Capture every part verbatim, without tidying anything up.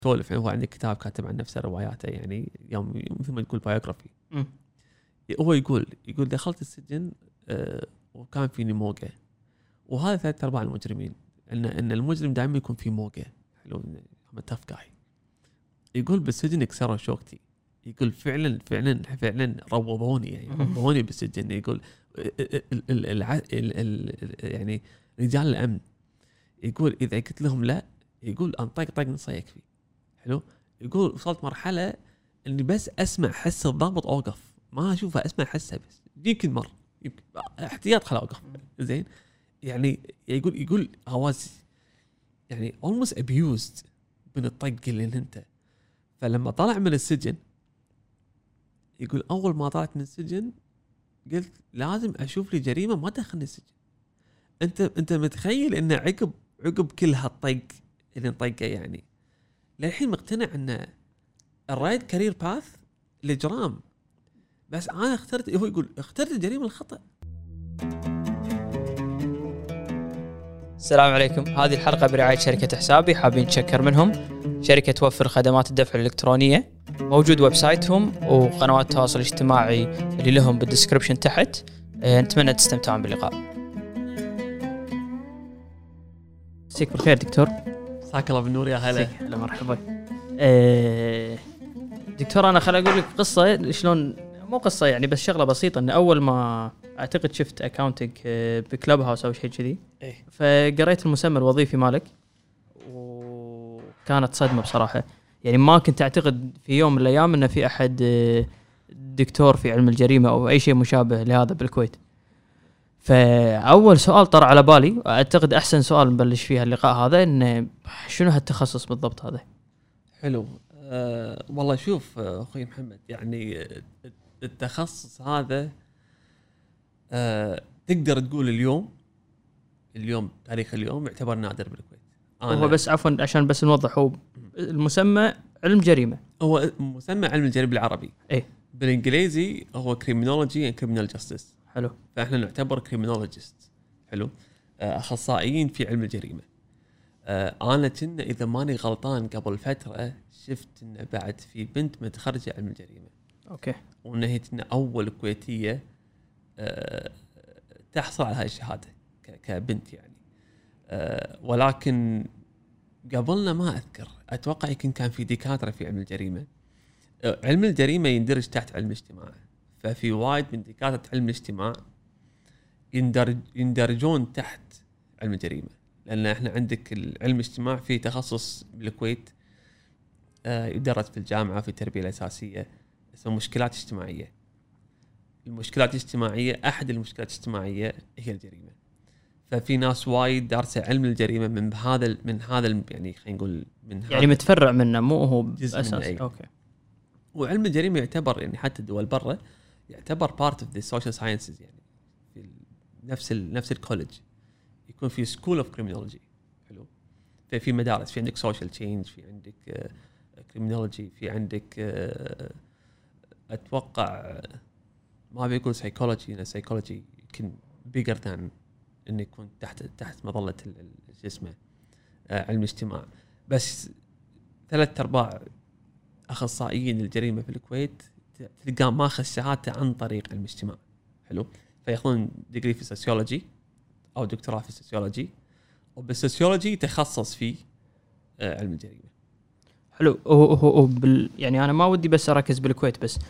تولف يعني هو عنده كتاب كاتب عن نفسه رواياته يعني يوم مثل ما تقول بايوغرافي. هو يقول يقول دخلت السجن آه وكان فيني موقع، وهذا ثلاث ارباع المجرمين ان ان المجرم دائما يكون في موقع حلو تف جاي. يقول بالسجن كسروا شوكتي، يقول فعلا فعلا فعلا روضوني يعني روضوني بالسجن. يقول ال ال ال ال يعني رجال الامن يقول اذا قلت لهم لا يقول انطق طق نص يكفي حلو. يقول وصلت مرحله اني بس اسمع حس الضابط اوقف، ما اشوفه اسمع حسه بس يمكن مر يمكن احتياط خلا اوقف زين. يعني يقول يقول هواز يعني almost abused من الطق اللي انت. فلما طلع من السجن يقول اول ما طلعت من السجن قلت لازم اشوف لي جريمه ما دخلني السجن. انت انت متخيل ان عقب عقب كل هالطق اللي نطقه يعني للحين مقتنع ان الرايد كارير باث الاجرام، بس انا اخترت هو يقول اخترت الجريمه الخطا. السلام عليكم. هذه الحلقة برعاية شركة حسابي، حابين نشكر منهم. شركة توفر خدمات الدفع الإلكترونية، موجود ويب سايتهم وقنوات التواصل الاجتماعي اللي لهم بالديسكريبشن تحت. نتمنى تستمتعون باللقاء. مساك بالخير دكتور. مساك الله بالنور يا هلا. هلا مرحبا. أه دكتور أنا خل أقول لك قصة، شلون مو قصة يعني بس شغلة بسيطة. إن أول ما أعتقد شفت أكاونتك بكلاب هاوس أو شيء كذي إيه؟ فقريت المسمى الوظيفي مالك وكانت صدمة بصراحة. يعني ما كنت أعتقد في يوم من الأيام إن في أحد دكتور في علم الجريمة أو أي شيء مشابه لهذا بالكويت. فأول سؤال طرأ على بالي، أعتقد أحسن سؤال نبلش فيها اللقاء هذا، إن شنو هالتخصص بالضبط هذا؟ حلو. أه والله شوف أخوي محمد، يعني التخصص هذا أه تقدر تقول اليوم اليوم تاريخ اليوم يعتبر نادر بالكويت. هو بس عفوا عشان بس نوضح، هو المسمى علم جريمة، هو مسمى علم الجريمة بالعربي، إيه بالإنجليزي هو criminology and criminal justice. حلو. فإحنا نعتبر criminologist حلو، أخصائيين في علم الجريمة. أنا كنا إذا ماني غلطان قبل فترة شفت إن بعد في بنت متخرجة علم الجريمة، أوكي، وإن هي أول كويتية تحصل على هاي الشهادة كبنت يعني. ولكن قبلنا ما أذكر، أتوقع يمكن كان في دكاترة في علم الجريمة. علم الجريمة يندرج تحت علم الاجتماع، ففي وايد من دكاترة علم الاجتماع يندرج يندرجون تحت علم الجريمة، لأن إحنا عندك العلم الاجتماع في تخصص بالكويت يدرس في الجامعة في التربية الأساسية اسمه مشكلات اجتماعية. المشكلات الاجتماعية أحد المشكلات الاجتماعية هي الجريمة، ففي ناس وايد دارسة علم الجريمة من هذا من هذا يعني خلينا نقول من يعني متفرع منه مو هو أساس. أوكي. وعلم الجريمة يعتبر يعني حتى الدول برا يعتبر part of the social sciences، يعني في نفس ال نفس الكوليدج يكون في school of criminology حلو. ففي مدارس، في عندك social change، في عندك uh, criminology، في عندك uh, أتوقع uh, ما بيقول psychology، إن psychology يمكن bigger than إنه يكون تحت تحت مظلة الجسم uh, علم الاجتماع. بس ثلاث أرباع أخصائيين الجريمة في الكويت تلقى ماخذ شهادته عن طريق علم الاجتماع حلو. فيأخذون ديجري في السوسيولوجي أو دكتوراه في السوسيولوجي، وبالسوسيولوجي تخصص في علم الجريمة. حلو. هو هو بال يعني أنا ما ودي بس أركز بالكويت بس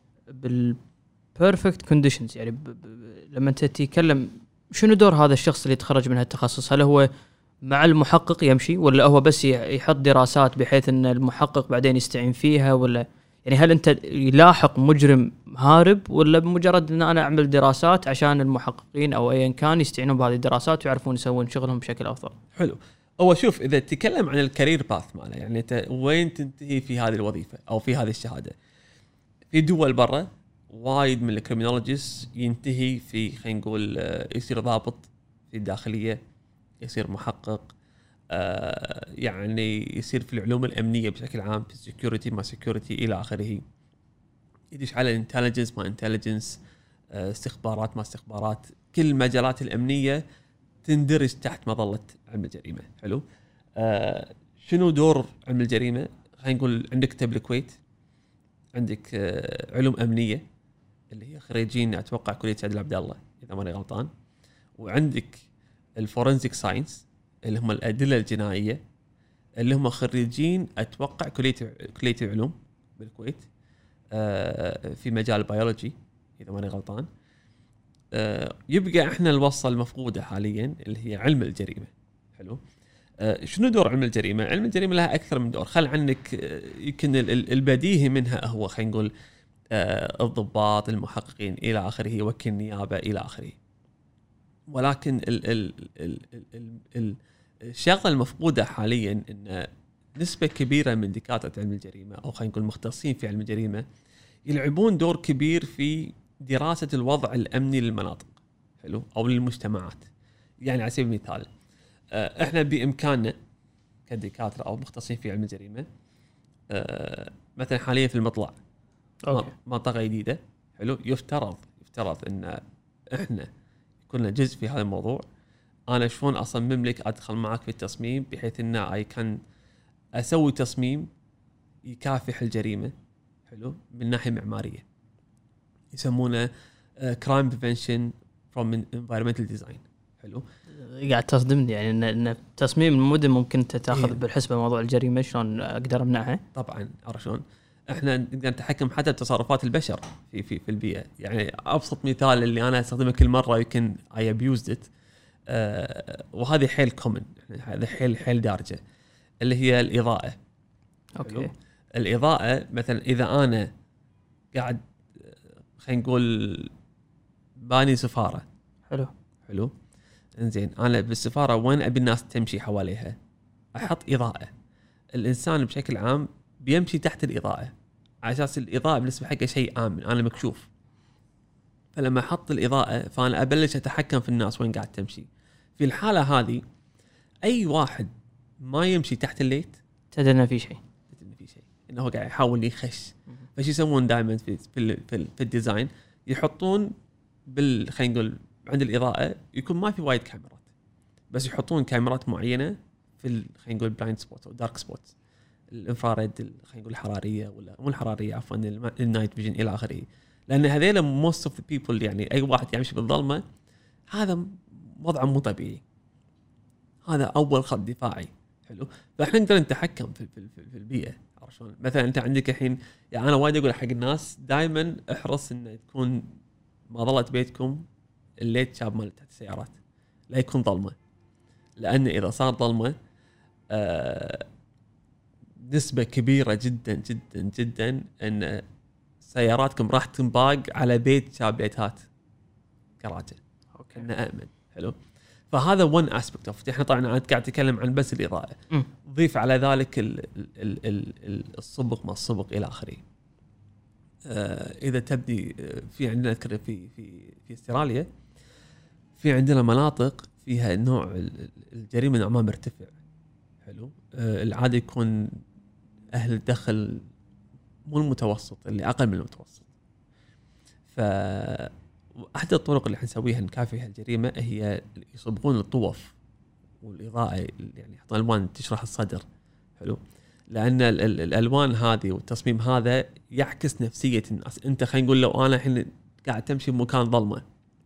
بالبرفكت كونديشنز. يعني ب ب لما أنت تتكلم شنو دور هذا الشخص اللي يتخرج من هالتخصص؟ هل هو مع المحقق يمشي، ولا هو بس يحط دراسات بحيث ان المحقق بعدين يستعين فيها، ولا يعني هل انت يلاحق مجرم هارب، ولا بمجرد ان انا اعمل دراسات عشان المحققين او ايا كان يستعينون بهذه الدراسات ويعرفون يسوون شغلهم بشكل افضل؟ حلو. هو شوف اذا تتكلم عن الكارير باث ماله، يعني انت وين تنتهي في هذه الوظيفه او في هذه الشهاده. في دول برا وايد من الكريمينولوجيست ينتهي في خلينا نقول يصير ضابط في الداخليه، يصير محقق، آه يعني يصير في العلوم الأمنية بشكل عام، في security ما security إلى آخره، يدش على intelligence ما intelligence، آه استخبارات ما استخبارات، كل المجالات الأمنية تندرج تحت مظلة علم الجريمة حلو. آه شنو دور علم الجريمة؟ خلينا نقول عندك تب الكويت، عندك آه علوم امنيه اللي هي خريجين اتوقع كليه سعد عبد الله اذا ماني غلطان، وعندك الفورنزيك ساينس اللي هم الادله الجنائيه اللي هم خريجين اتوقع كليه كليه العلوم بالكويت آه في مجال البيولوجي اذا ماني غلطان. آه يبقى احنا الوصله المفقوده حاليا اللي هي علم الجريمه. حلو. آه شنو دور علم الجريمه؟ علم الجريمه لها اكثر من دور. خل عنك آه يمكن البديهي منها هو خلينا نقول آه الضباط المحققين الى اخره، وكيل النيابه الى اخره. ولكن ال ال ال ال ال الشغله المفقوده حاليا ان نسبه كبيره من دكاتره علم الجريمه او خلينا نقول مختصين في علم الجريمه يلعبون دور كبير في دراسه الوضع الامني للمناطق. حلو. او للمجتمعات. يعني على سبيل المثال احنا بامكاننا كدكاتره او مختصين في علم الجريمه مثلا حاليا في المطلع منطقه جديده. حلو. يفترض يفترض ان احنا كنا جزء في هذا الموضوع. انا شلون اصمم لك ادخل معك في التصميم بحيث ان اي كان اسوي تصميم يكافح الجريمه. حلو. من ناحيه معماريه يسمونه كرايم بريفنشن فروم انفايرمنتال ديزاين. حلو. قاعد تصدمني يعني ان ان تصميم المدن ممكن تاخذ إيه؟ بالحسبه موضوع الجريمه شلون اقدر امنعها؟ طبعا عرفت شلون احنا نقدر نتحكم حتى بتصرفات البشر في في في البيئه. يعني ابسط مثال اللي انا استخدمه كل مره يمكن اي ابيوزد ات أه وهذه حيل كومن، هذا حيل حيل دارجه اللي هي الاضاءه. اوكي. الاضاءه مثلا اذا انا قاعد خلينا نقول باني سفاره. حلو حلو. انزين انا بالسفاره وين ابي الناس تمشي حواليها احط اضاءه. الانسان بشكل عام بيمشي تحت الاضاءه على اساس الاضاءه بالنسبه حقه شيء امن، انا مكشوف. فلما احط الاضاءه فانا ابلش اتحكم في الناس وين قاعد تمشي. في الحاله هذه اي واحد ما يمشي تحت الليت تدري في شيء تدري في شيء انه هو قاعد يحاول يخش. فش يسوون دائما في في في, في الديزاين يحطون بال خلينا نقول عند الاضاءه يكون ما في وايد كاميرات، بس يحطون كاميرات معينه في خلينا نقول بلايند سبوت او دارك سبوت، الانفراريد خلينا نقول الحراريه ولا مو الحراريه عفوا النايت فيجن الى اخره. لان هذيلا موست اوف ذا بيبل يعني اي واحد يمشي بالظلمه هذا وضعه مو طبيعي، هذا اول خط دفاعي. حلو. فاحنا نقدر نتحكم في في, في البيئه. عرفت شلون؟ مثلا انت عندك الحين يعني انا وايد اقول حق الناس دائما احرص ان تكون ما ظلت بيتكم الليت شاب مال تحت السيارات، لا يكون ظلمه. لان اذا صار ظلمه آه نسبه كبيره جدا جدا جدا ان سياراتكم راح تنباق على بيت شاب بيتات كراجه. اوكي انه امن. حلو. فهذا one aspect of. احنا طبعا قاعد اتكلم عن بس الاضاءه. م. ضيف على ذلك ال ال ال الصبغ ما الصبغ الى اخره. آه اذا تبدي في عندنا اذكر في في في استراليا في عندنا مناطق فيها نوع الجريمه نوعا ما مرتفع. حلو. آه العاده يكون اهل الدخل مو المتوسط، اللي اقل من المتوسط. ف احد الطرق اللي حنسويها نكافح الجريمه هي يصبغون الطوف والاضاءه، يعني يحطون الوان تشرح الصدر. حلو. لان ال ال الالوان هذه والتصميم هذا يعكس نفسيه الناس. انت خلينا نقول لو انا الحين قاعد تمشي بمكان ظلمه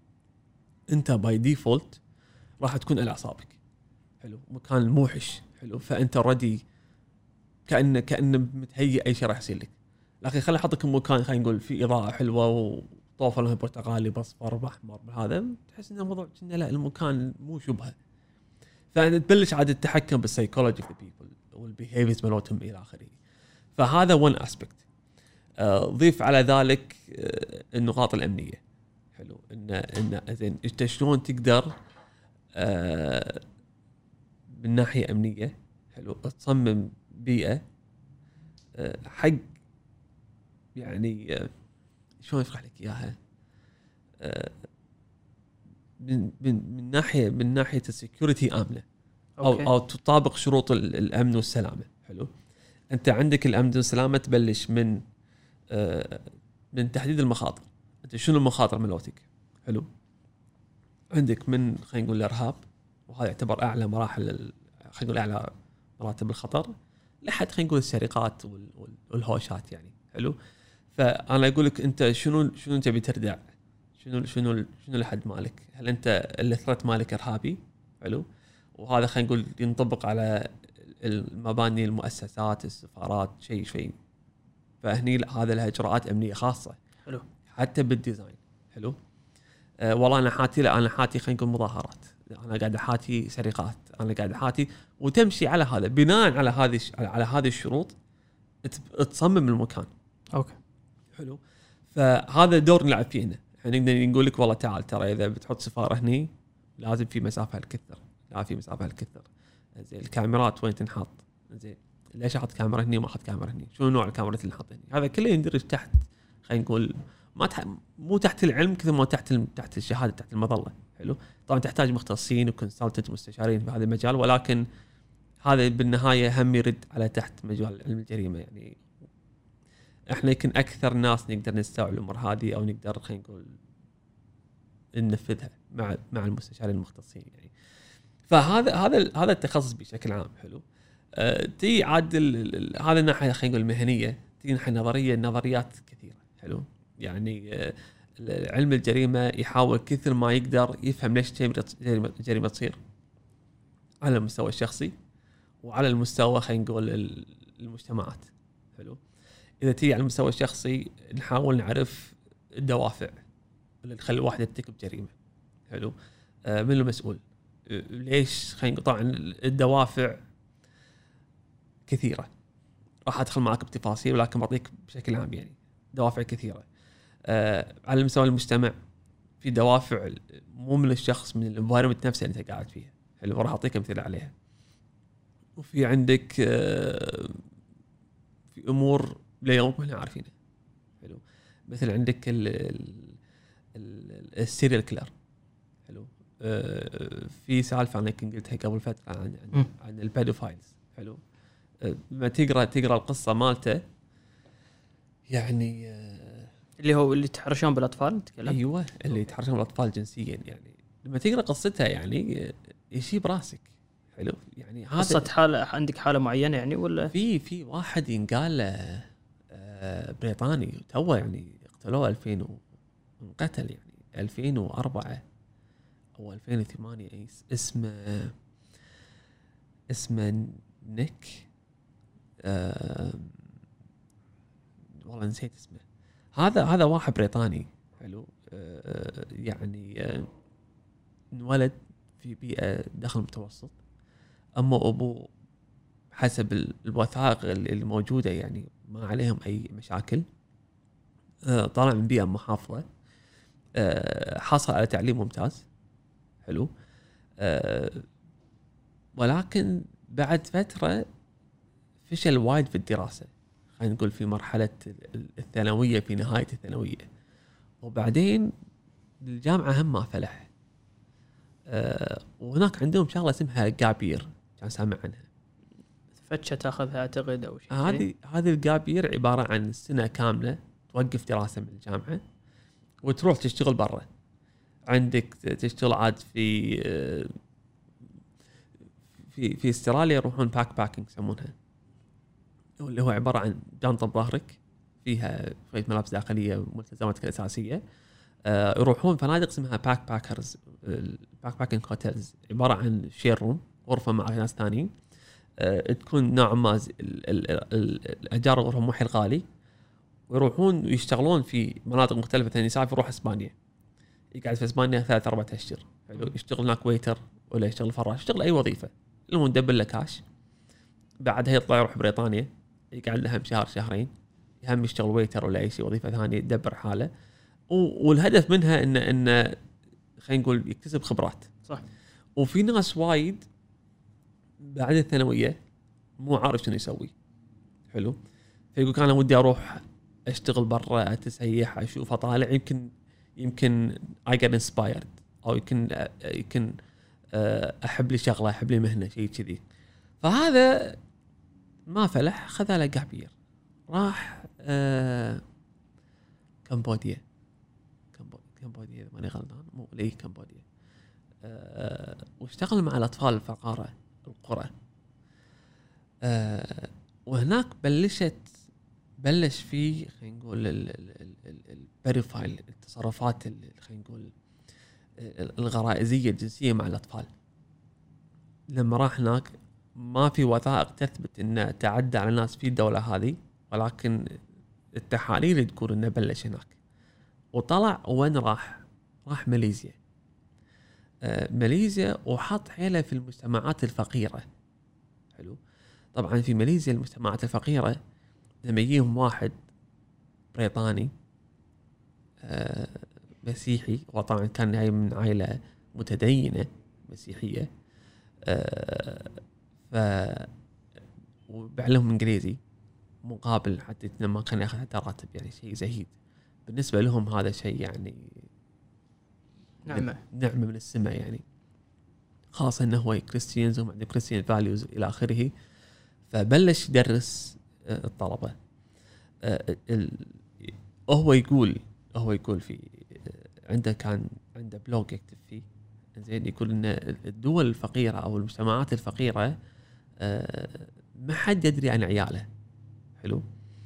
انت باي ديفولت راح تكون على اعصابك. حلو. مكان موحش. حلو. فانت اوريدي كأنه كأنه متهيئ أي شيء راح يصير لك. لكن خلي أحطك مكان خلينا نقول في إضاءة حلوة وطوفة لها برتقالي بأصفر بأحمر بهذا، تحس إن الموضوع كأنه لا المكان مو شبهه. فتبلش عاد التحكم بالسايكولوجي في البيبل والبيهيفيرز مالتهم إلى آخره. فهذا one aspect. آه ضيف على ذلك آه النقاط الأمنية. حلو. إن إن زين إنت شلون تقدر آه من ناحية أمنية. حلو. تصمم بيئة حق يعني شلون اشرح لك اياها من من من ناحيه من ناحيه السكيورتي امنه او أوكي. او تطابق شروط الامن والسلامه. حلو. انت عندك الامن والسلامه تبلش من من تحديد المخاطر. انت شنو المخاطر مالتك؟ حلو. عندك من خلينا نقول الارهاب، وهذا يعتبر اعلى مراحل خلينا نقول اعلى مراتب الخطر. لحد خلينا نقول السرقات والهوشات يعني. حلو. فانا اقول لك انت شنو شنو انت بتردع، شنو شنو شنو الحد مالك، هل انت الثرت مالك ارهابي؟ حلو. وهذا خلينا نقول ينطبق على المباني، المؤسسات، السفارات، شيء شيء. فهني هذا لها اجراءات امنيه خاصه. حلو. حتى بالديزاين. حلو. أه والله انا حاتي لا انا حاتي خلينا نقول مظاهرات، انا قاعد احاتي سرقات، انا قاعد احاتي، وتمشي على هذا بناء على هذه على هذه الشروط تصمم المكان. اوكي. حلو. فهذا دور نلعب فيه هنا. احنا نقدر نقول لك والله تعال ترى اذا بتحط سفاره هني لازم في مسافه هالكثر، لا في مسافه هالكثر. زين الكاميرات وين تنحط؟ زين ليش احط كاميرا هني وما احط كاميرا هني؟ شنو نوع الكاميرات اللي نحط هني؟ هذا كله يندرج تحت خلينا نقول ما تح... مو تحت العلم كثر ما تحت ال... تحت الشهاده، تحت المظله. حلو. طبعا تحتاج مختصين وكونسلتنت مستشارين في هذا المجال، ولكن هذا بالنهايه هم يرد على تحت مجال علم الجريمه. يعني احنا يمكن اكثر ناس نقدر نستوعب الامور هذه او نقدر خلينا نقول ننفذها مع مع المستشارين المختصين يعني. فهذا هذا هذا التخصص بشكل عام. حلو. أه تي عاد هذا الناحيه خلينا نقول المهنيه، تي ناحيه نظريه، النظريات كثيره. حلو. يعني أه علم الجريمه يحاول كثر ما يقدر يفهم ليش جريمه جريمه تصير على المستوى الشخصي وعلى المستوى خلينا نقول المجتمعات. حلو. اذا تيجي على المستوى الشخصي نحاول نعرف الدوافع اللي تخلي الواحد يرتكب جريمه. حلو. آه من المسؤول؟ آه ليش؟ خلينا نقول طبعا الدوافع كثيره، راح ادخل معك بتفاصيل ولكن بعطيك بشكل عام. يعني دوافع كثيره. آه على مستوى المجتمع في دوافع مو من الشخص، من الانفايرمنت نفسه اللي انت قاعد فيها. حلو. راح اعطيك امثله عليها. وفي عندك آه في امور ليوم احنا عارفينها. حلو. مثل عندك ال ال السيريال كيلر. حلو. أه في سالفه انا كنت قلتها قبل فتره عن عن, عن البيدوفايلز. حلو. أه لما تقرا تقرا القصه مالته يعني أه اللي هو اللي يتحرشون بالاطفال تكلم. ايوه اللي يتحرشون بالاطفال جنسيا. يعني لما تقرا قصتها يعني يشيب راسك. حلو. يعني هذا قصه حاله عندك حاله معينه يعني ولا في في واحد ينقال له أه بريطاني توه يعني اقتلوه ألفين وانقتل يعني ألفين وأربعة او ألفين وثمانية. اسمه اسمه نيك أه والله نسيت اسمه. هذا هذا واحد بريطاني. حلو. أه يعني أه انولد في بيئه داخل المتوسط. اما ابوه حسب الوثائق اللي موجوده يعني ما عليهم اي مشاكل. أه طالع من بيئه محافظه. أه حصل على تعليم ممتاز. حلو. أه ولكن بعد فترة فشل وايد في الدراسة، خلينا نقول في مرحلة الثانوية، في نهاية الثانوية. وبعدين الجامعة هم ما فلح. أه وهناك عندهم شغلة اسمها جابير، كان سامع عنها. فتشة تاخذها اعتقد او شيء. هذه هذه الجابير عبارة عن سنة كاملة توقف دراسة من الجامعة وتروح تشتغل برا. عندك تشتغل عاد في في في استراليا يروحون باك باكينج يسمونها، اللي هو عباره عن جانطه بظهرك فيها شويه ملابس داخليه وملتزماتك الاساسيه. آه يروحون فنادق اسمها باك باكرز، الباك باكينج هوتيلز، عباره عن شير روم، غرفه مع ناس ثانيين. آه تكون نوع ما الاجار الغرفه مو حيل غالي، ويروحون ويشتغلون في مناطق مختلفه. ثاني يسافر يروح اسبانيا، يقعد في اسبانيا ثلاث اربع اشهر. حلو. يشتغل هناك ويتر ولا يشتغل فراش، يشتغل اي وظيفه، المهم ندبر له كاش. بعدها يطلع يروح بريطانيا، يقعد له هم شهر شهرين، هم يشتغل ويتر ولا اي شيء وظيفه ثانيه يدبر حاله. والهدف منها ان ان خلينا نقول يكتسب خبرات. صح. وفي ناس وايد بعد الثانويه مو عارف شنو يسوي. حلو. فيقول انا ودي اروح اشتغل برا، اتسيح، اشوف، اطالع، يمكن يمكن I get inspired او يمكن يمكن احب لي شغله، احب لي مهنه، شيء كذي. فهذا ما فلح، خذ له جابير، راح أه كمبوديا. كمبوديا ماني غلطان، مو ليه كمبوديا. أه واشتغل مع الاطفال الفقراء القرى. أه وهناك بلشت بلش في خلينا نقول البريفايل التصرفات خلينا نقول الغرائزيه الجنسيه مع الاطفال. لما راح هناك ما في وثائق تثبت انه تعدى على الناس في الدوله هذه، ولكن التحاليل تقول انه بلش هناك. وطلع وين راح؟ راح ماليزيا. آه ماليزيا وحط حيله في المجتمعات الفقيره. حلو. طبعا في ماليزيا المجتمعات الفقيره لما يجيهم واحد بريطاني آه مسيحي، وطبعا كان جاي من عائله متدينه مسيحيه، آه ف وبيعلمهم انجليزي مقابل حتى ما كان ياخذ حتى راتب، يعني شيء زهيد بالنسبه لهم. هذا شيء يعني نعمه نعمه من السماء يعني، خاصه انه هو كريستيانز وهم عندهم كريستيان فاليوز الى اخره. فبلش يدرس الطلبه. هو يقول هو يقول في عنده كان عنده بلوج يكتب فيه زين، يقول ان الدول الفقيره او المجتمعات الفقيره ما حد يدري عن عياله. حلو.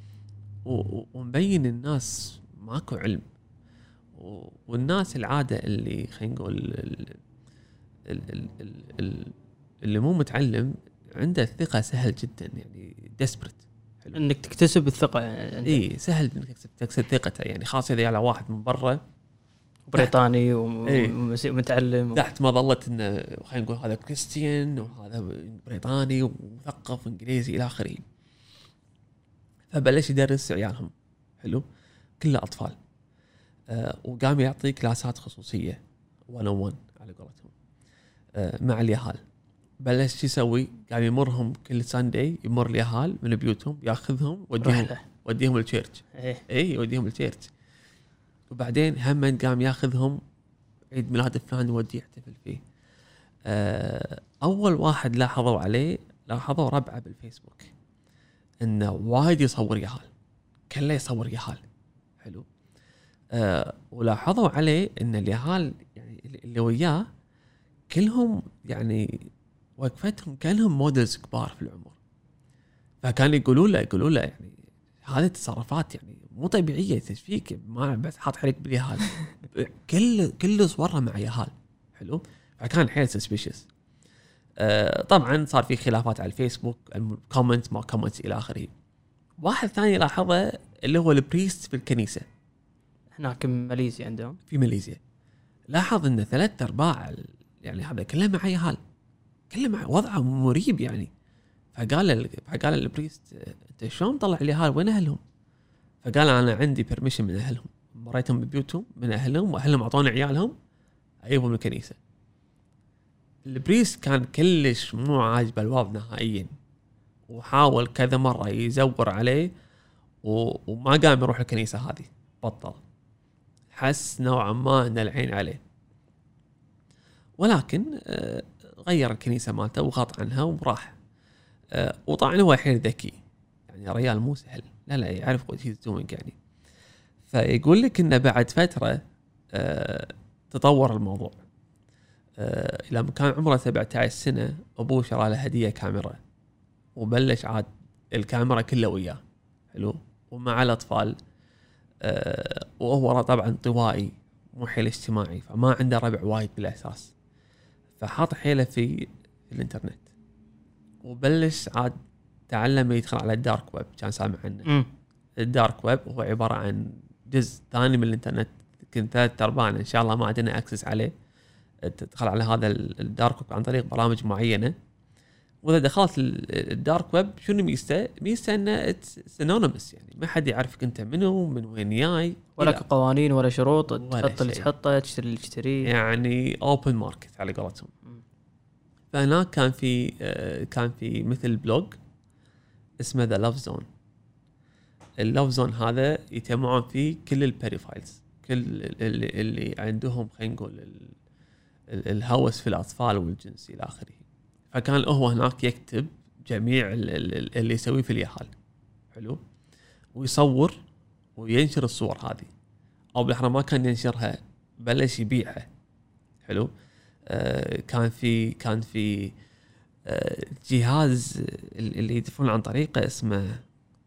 ومبين الناس ماكو علم، والناس العاده اللي خلينا نقول اللي مو متعلم عنده الثقه سهل جدا، يعني ديسبرت. حلو. انك تكتسب الثقه يعني. اي سهل انك تكسب تكسب ثقته، يعني خاصه اذا على واحد من برا بريطاني ومتعلم تحت مظله انه خلينا نقول هذا كريستيان وهذا بريطاني ومثقف انجليزي الى اخره. فبلش يدرس عيالهم. حلو. كله اطفال. آه وقام يعطي كلاسات خصوصيه واحد أون واحد على قولتهم آه مع اليهال. بلش يسوي؟ قام يمرهم كل ساندي، يمر اليهال من بيوتهم، ياخذهم وديهم وديهم التشيرش. اي اي وديهم التشيرش. وبعدين هم قام ياخذهم عيد ميلاد فلان يوديه يحتفل فيه. آه اول واحد لاحظوا عليه لاحظوا ربعه بالفيسبوك انه وايد يصور يهال، كله يصور يهال. حلو. آه ولاحظوا عليه ان اليهال يعني اللي وياه كلهم يعني وقفتهم كانهم موديلز كبار في العمر. فكان يقولوا له يقولوا له يعني هذه التصرفات يعني مو طبيعيه، تشفيك ما بس حاط حريك باليهال. كل كل صوره مع يهال. حلو. فكان حيل سسبيشس. آه طبعا صار في خلافات على الفيسبوك، كومنت ما كومنت الى اخره. واحد ثاني لاحظه اللي هو البريست في الكنيسه هناك ماليزيا، عندهم في ماليزيا، لاحظ ان ثلاث ارباع يعني هذا كله مع يهال، كله مع وضعه مريب يعني. فقال فقال البريست انت شلون مطلع اليهال؟ وين اهلهم؟ فقال انا عندي بيرميشن من اهلهم، مريتهم ببيوتهم من اهلهم، واهلهم اعطوني عيالهم ايوه من الكنيسه. البريست كان كلش مو عاجبه الوضع نهائيا، وحاول كذا مره يزور عليه وما قام يروح الكنيسه هذه، بطل. حس نوعا ما ان العين عليه، ولكن غير الكنيسه مالته وغط عنها وراح. وطبعا هو حيل ذكي يعني، ريال مو سهل، لا لا يعرف what he's doing يعني. فيقول لك انه بعد فتره تطور الموضوع الى مكان عمره سبعة عشر سنه. ابوه شرى له هديه كاميرا، وبلش عاد الكاميرا كلها وياه. حلو. ومع الاطفال. أه وهو طبعا انطوائي مو حيل اجتماعي، فما عنده ربع وايد بالاساس. فحاط حيله في الانترنت، وبلش عاد تعلم يدخل على الدارك ويب. كان سامع عنه. م. الدارك ويب هو عباره عن جزء ثاني من الانترنت، كنت ثلاث ارباعنا ان شاء الله ما عندنا اكسس عليه. تدخل على هذا الدارك ويب عن طريق برامج معينه. واذا دخلت الدارك ويب شنو ميزته؟ ميزته انه سينونيمس، يعني ما حد يعرفك انت منو من وين جاي، ولا قوانين ولا شروط، تحط اللي تحطه، تشتري اللي تشتريه، يعني اوبن ماركت على قولتهم. فهناك كان في كان في مثل بلوج اسمه ذا لاف زون. اللاف زون هذا يجمعون فيه كل البيريفايلز، كل اللي, اللي عندهم خلينا نقول الهوس في الاطفال والجنس الى اخره. فكان هو هناك يكتب جميع اللي يسويه في اليهال. حلو. ويصور وينشر الصور هذه، او بالاحرى ما كان ينشرها، بلش يبيعها. حلو. آه كان في كان في جهاز اللي يدفعون عن طريقه اسمه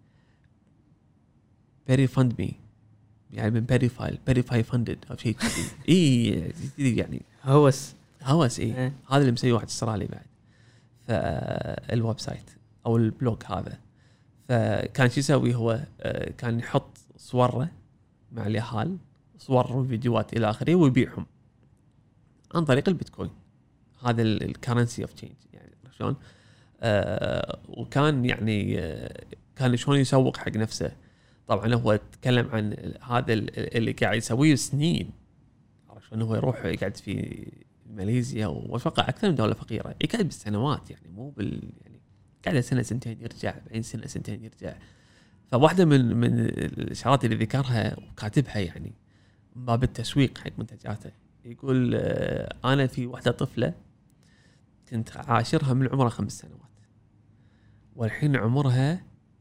بيري فند مي، يعني من بيري فايل بيري فاي فندد او شيء كذي. اي يعني هوس هوس اي إيه. هذا اللي مسوي واحد استرالي بعد. فالويب سايت او البلوج هذا، فكان شو يسوي هو كان يحط صوره مع اليهال، صور وفيديوهات الى اخره، ويبيعهم عن طريق البيتكوين. هذا الكرنسي اوف تشينج يعني شلون. آه وكان يعني آه كان شلون يسوق حق نفسه. طبعا هو تكلم عن هذا اللي قاعد يسويه سنين، عشان هو يروح يقعد في ماليزيا واتوقع اكثر من دوله فقيره، يقعد بالسنوات يعني مو بال يعني قاعد سنه سنتين يرجع، بعدين سنه سنتين يرجع. فواحده من من الاشارات اللي ذكرها وكاتبها يعني من باب التسويق حق منتجاته، يقول آه انا في واحده طفله كنت عاشرها من عمرها خمس سنوات، والحين عمرها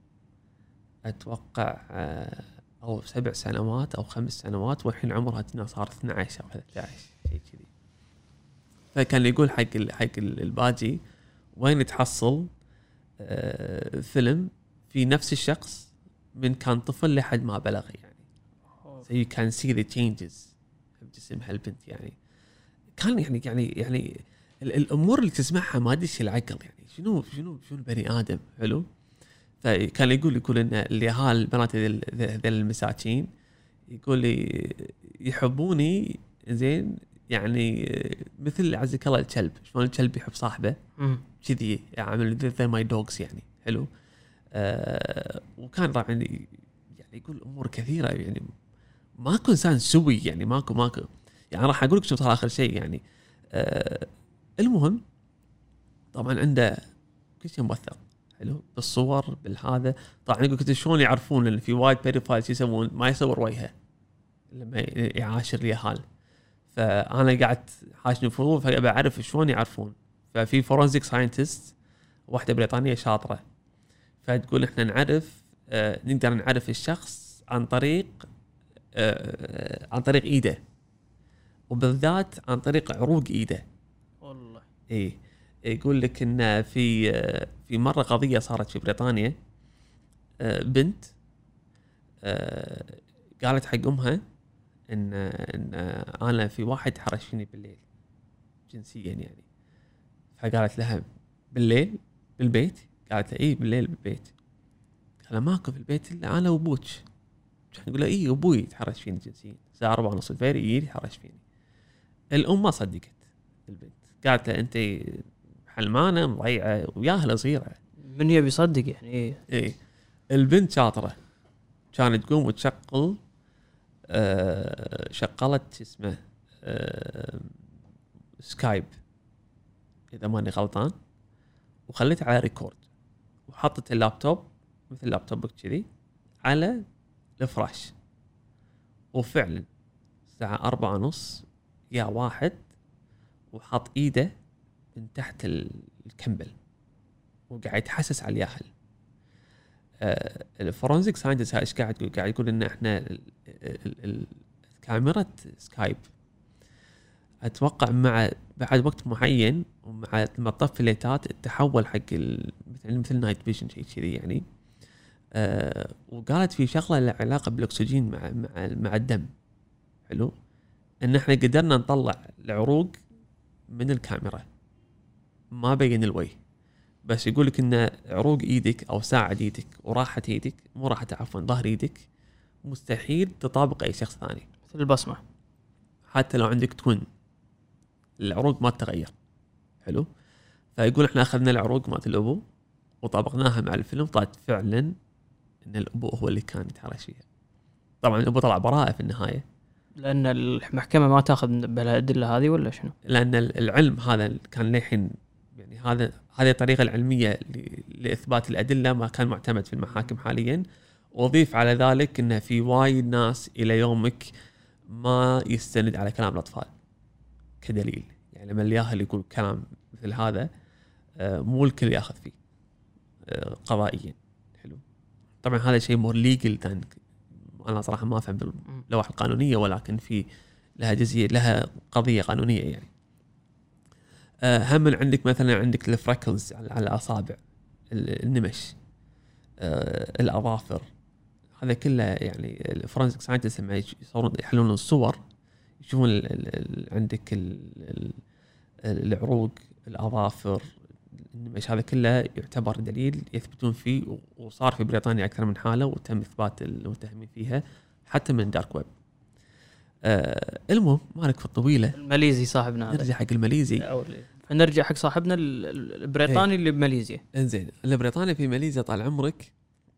اتوقع آه او سبع سنوات او خمس سنوات، والحين عمرها صار اثني عشر او ثلاثة عشر شيء كذي. فكان يقول حق حق الباجي وين تحصل آه فيلم في نفس الشخص من كان طفل لحد ما بلغ يعني. so you can see the changes بجسم هالبنت يعني. كان يعني يعني يعني الامور اللي تسمعها ما ادري العقل يعني شنو شنو شنو البني ادم حلو. فكان يقول يقول ان اليهال البنات ذي المساكين يقول لي يحبوني زين يعني مثل عزك الله الكلب، شلون الكلب يحب صاحبه كذي يعمل ذي ماي دوغز يعني حلو. آه وكان طبعا يعني يقول امور كثيره يعني ماكو انسان سوي يعني ماكو ماكو يعني. راح اقول لك شو صار اخر شيء يعني. آه المهم طبعا عنده كل شيء موثق حلو بالصور بالهذا. طبعا يقول كنت شلون يعرفون ان في وايد بيريفايلز يسوون ما يصور وجهه لما يعاشر اليهال. فانا قعدت حاشني فضول فابى اعرف شلون يعرفون. ففي فورنزيك ساينتست واحده بريطانيه شاطره، فتقول احنا نعرف آه نقدر نعرف الشخص عن طريق آه عن طريق ايده، وبالذات عن طريق عروق ايده. والله ايه يقول لك ان في في مره قضيه صارت في بريطانيا، بنت قالت حق امها ان ان انا في واحد حرشني بالليل جنسيا يعني. فقالت لها بالليل بالبيت؟ قالت لها ايه بالليل بالبيت. قال ماكو في البيت الا انا وابوك. يقول لها ايه ابوي يتحرش فيني جنسيا الساعه أربعة ونص الفجر يجي يتحرش فيني. الام ما صدقت البنت، قالت لها انت حلمانه مضيعه وياها صغيره من يبي يصدق يعني. ايه ايه البنت شاطره كانت تقوم وتشغل آه شغلت اسمه آه سكايب اذا ماني غلطان، وخليت على ريكورد وحطت اللابتوب مثل لابتوبك كذي على الفراش. وفعلا الساعه أربعة ونص يا واحد وحط ايده من تحت الكمبل وقاعد يتحسس على الياهل. آه الفورنزيك ساينتست ايش قاعد يقول؟ قاعد يقول ان احنا كاميرا سكايب اتوقع مع بعد وقت معين ومع لما تطفي الليتات تحول حق مثل مثل نايت فيجن شيء كذي يعني. آه وقالت في شغله لها علاقه بالاكسجين مع مع مع الدم حلو، ان احنا قدرنا نطلع العروق من الكاميرا ما بين الوجه، بس يقول لك ان عروق ايدك او ساعد ايدك وراحه ايدك مو راحه عفوا ظهر ايدك مستحيل تطابق اي شخص ثاني مثل البصمه. حتى لو عندك توين العروق ما تتغير حلو. فيقول احنا اخذنا العروق مالت الابو وطابقناها مع الفيلم، طلعت فعلا ان الابو هو اللي كان يتحرش فيها. طبعا الابو طلع براءه في النهايه لان المحكمه ما تاخذ بالادله هذه ولا شنو؟ لان العلم هذا كان للحين يعني هذا هذه الطريقه العلميه لاثبات الادله ما كان معتمد في المحاكم حاليا. واضيف على ذلك ان في وايد ناس الى يومك ما يستند على كلام الاطفال كدليل، يعني لما الياهل يقول كلام مثل هذا مو الكل ياخذ فيه قضائيا حلو. طبعا هذا شيء مور ليجل ذان، انا صراحه ما افهم باللوائح القانونيه ولكن في لها جزئيه لها قضيه قانونيه يعني. آه هم عندك مثلا عندك الفريكلز على الاصابع، النمش، آه الاظافر، هذا كله يعني الفورنسيك ساينتست لما يصورون يحللون الصور يشوفون ال ال عندك ال ال العروق، الاظافر، النمش، هذا كله يعتبر دليل يثبتون فيه، وصار في بريطانيا اكثر من حاله وتم اثبات المتهمين فيها حتى من دارك ويب. آه المهم ما نكفي الطويله، الماليزي صاحبنا هذا نرجع حق الماليزي، فنرجع حق صاحبنا البريطاني اللي بماليزيا. انزين البريطاني في ماليزيا طال عمرك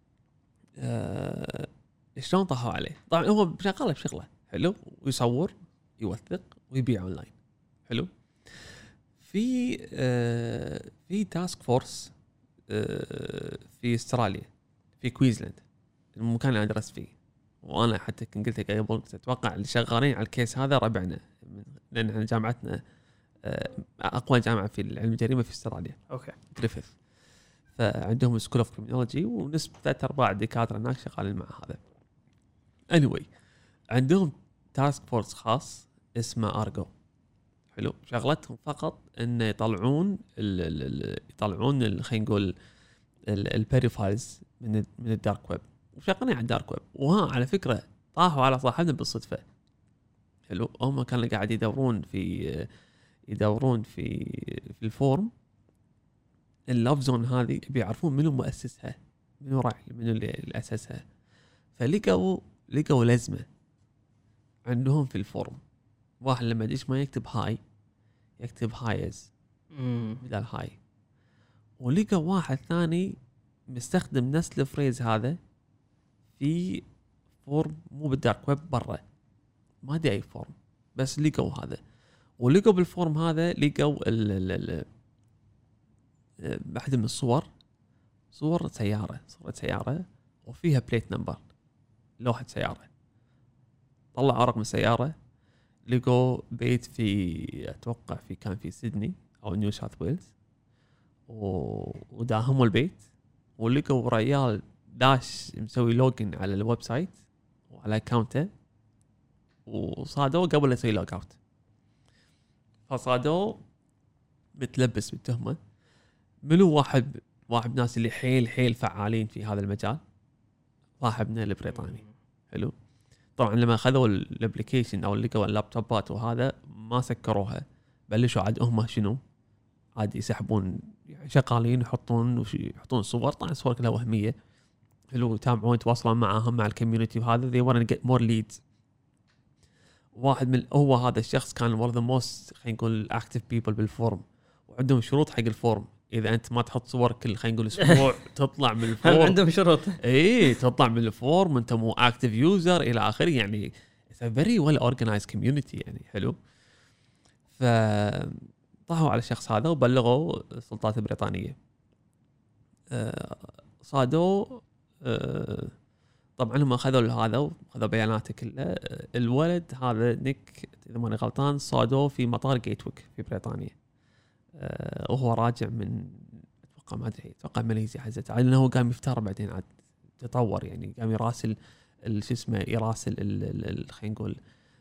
آه شلون طاحوا عليه؟ طبعا هو شغال بشغله حلو، ويصور يوثق ويبيع اونلاين حلو. في آه في تاسك فورس آه في استراليا في كوينزلاند، المكان اللي انا درست فيه، وانا حتى كنت قلت لك قبل اتوقع اللي شغالين على الكيس هذا ربعنا، لان احنا جامعتنا آه اقوى جامعه في علم الجريمه في استراليا. اوكي. جريفيث، فعندهم سكول اوف كريمنولوجي ونسبة ثلاث ارباع الدكاتره هناك شغالين مع هذا. anyway عندهم تاسك فورس خاص اسمه ارجو حلو، شغلتهم فقط ان يطلعون ال ال يطلعون خلينا نقول البيريفايلز من من الدارك ويب، وشغالين على الدارك ويب. وها على فكره طاحوا على صاحبنا بالصدفه حلو، هم كانوا قاعد يدورون في يدورون في في الفورم اللوف زون هذه، بيعرفون منو مؤسسها، منو راح منو اللي اسسها، فلقوا لقوا لازمه عندهم في الفورم. واحد لما يدش ما يكتب هاي يكتب هايز بدل هاي، ولقوا واحد ثاني مستخدم نفس الفريز هذا في فورم مو بالدارك ويب برا، ما ادري اي فورم، بس لقوا هذا. ولقوا بالفورم هذا لقوا ال ال واحدة من الصور، صور سيارة، صورة سيارة وفيها بليت نمبر، لوحة سيارة. طلعوا رقم السيارة، لقوا بيت في أتوقع في كان في سيدني أو نيو ساوث ويلز، وداهموا البيت، ولقوا ريال داش مسوي لوجن على الويب سايت وعلى أكاونته، وصادوه قبل يسوي لوج اوت، فصادوه متلبس بالتهمة. منو واحد واحد ناس اللي حيل حيل فعالين في هذا المجال، صاحبنا البريطاني حلو. طبعا لما اخذوا الابلكيشن او لقوا اللابتوبات وهذا ما سكروها، بلشوا عاد هم شنو عاد يسحبون، يعني شغالين يحطون يحطون صور، طبعا صور كلها وهميه حلو، يتابعون يتواصلون معهم مع الكوميونتي، وهذا they want to get more leads. واحد من هو هذا الشخص كان one of the most خلينا نقول active people بالفورم، وعندهم شروط حق الفورم، اذا انت ما تحط صور كل خلينا نقول اسبوع تطلع من الفورم. عندهم شروط اي تطلع من الفورم انت مو اكتيف يوزر الى اخره، يعني it's a very well organized community يعني حلو. ف طاحوا على الشخص هذا وبلغوا السلطات البريطانيه. أه صادوا أه طبعا هم اخذوا هذا واخذوا بياناته كلها. الولد هذا نيك اذا ماني غلطان صادوه في مطار جيتويك في بريطانيا، أه وهو راجع من اتوقع ما ادري اتوقع ماليزيا حزت، على انه هو قام يفتر بعدين عاد تطور، يعني قام يراسل شو اسمه يراسل خلينا نقول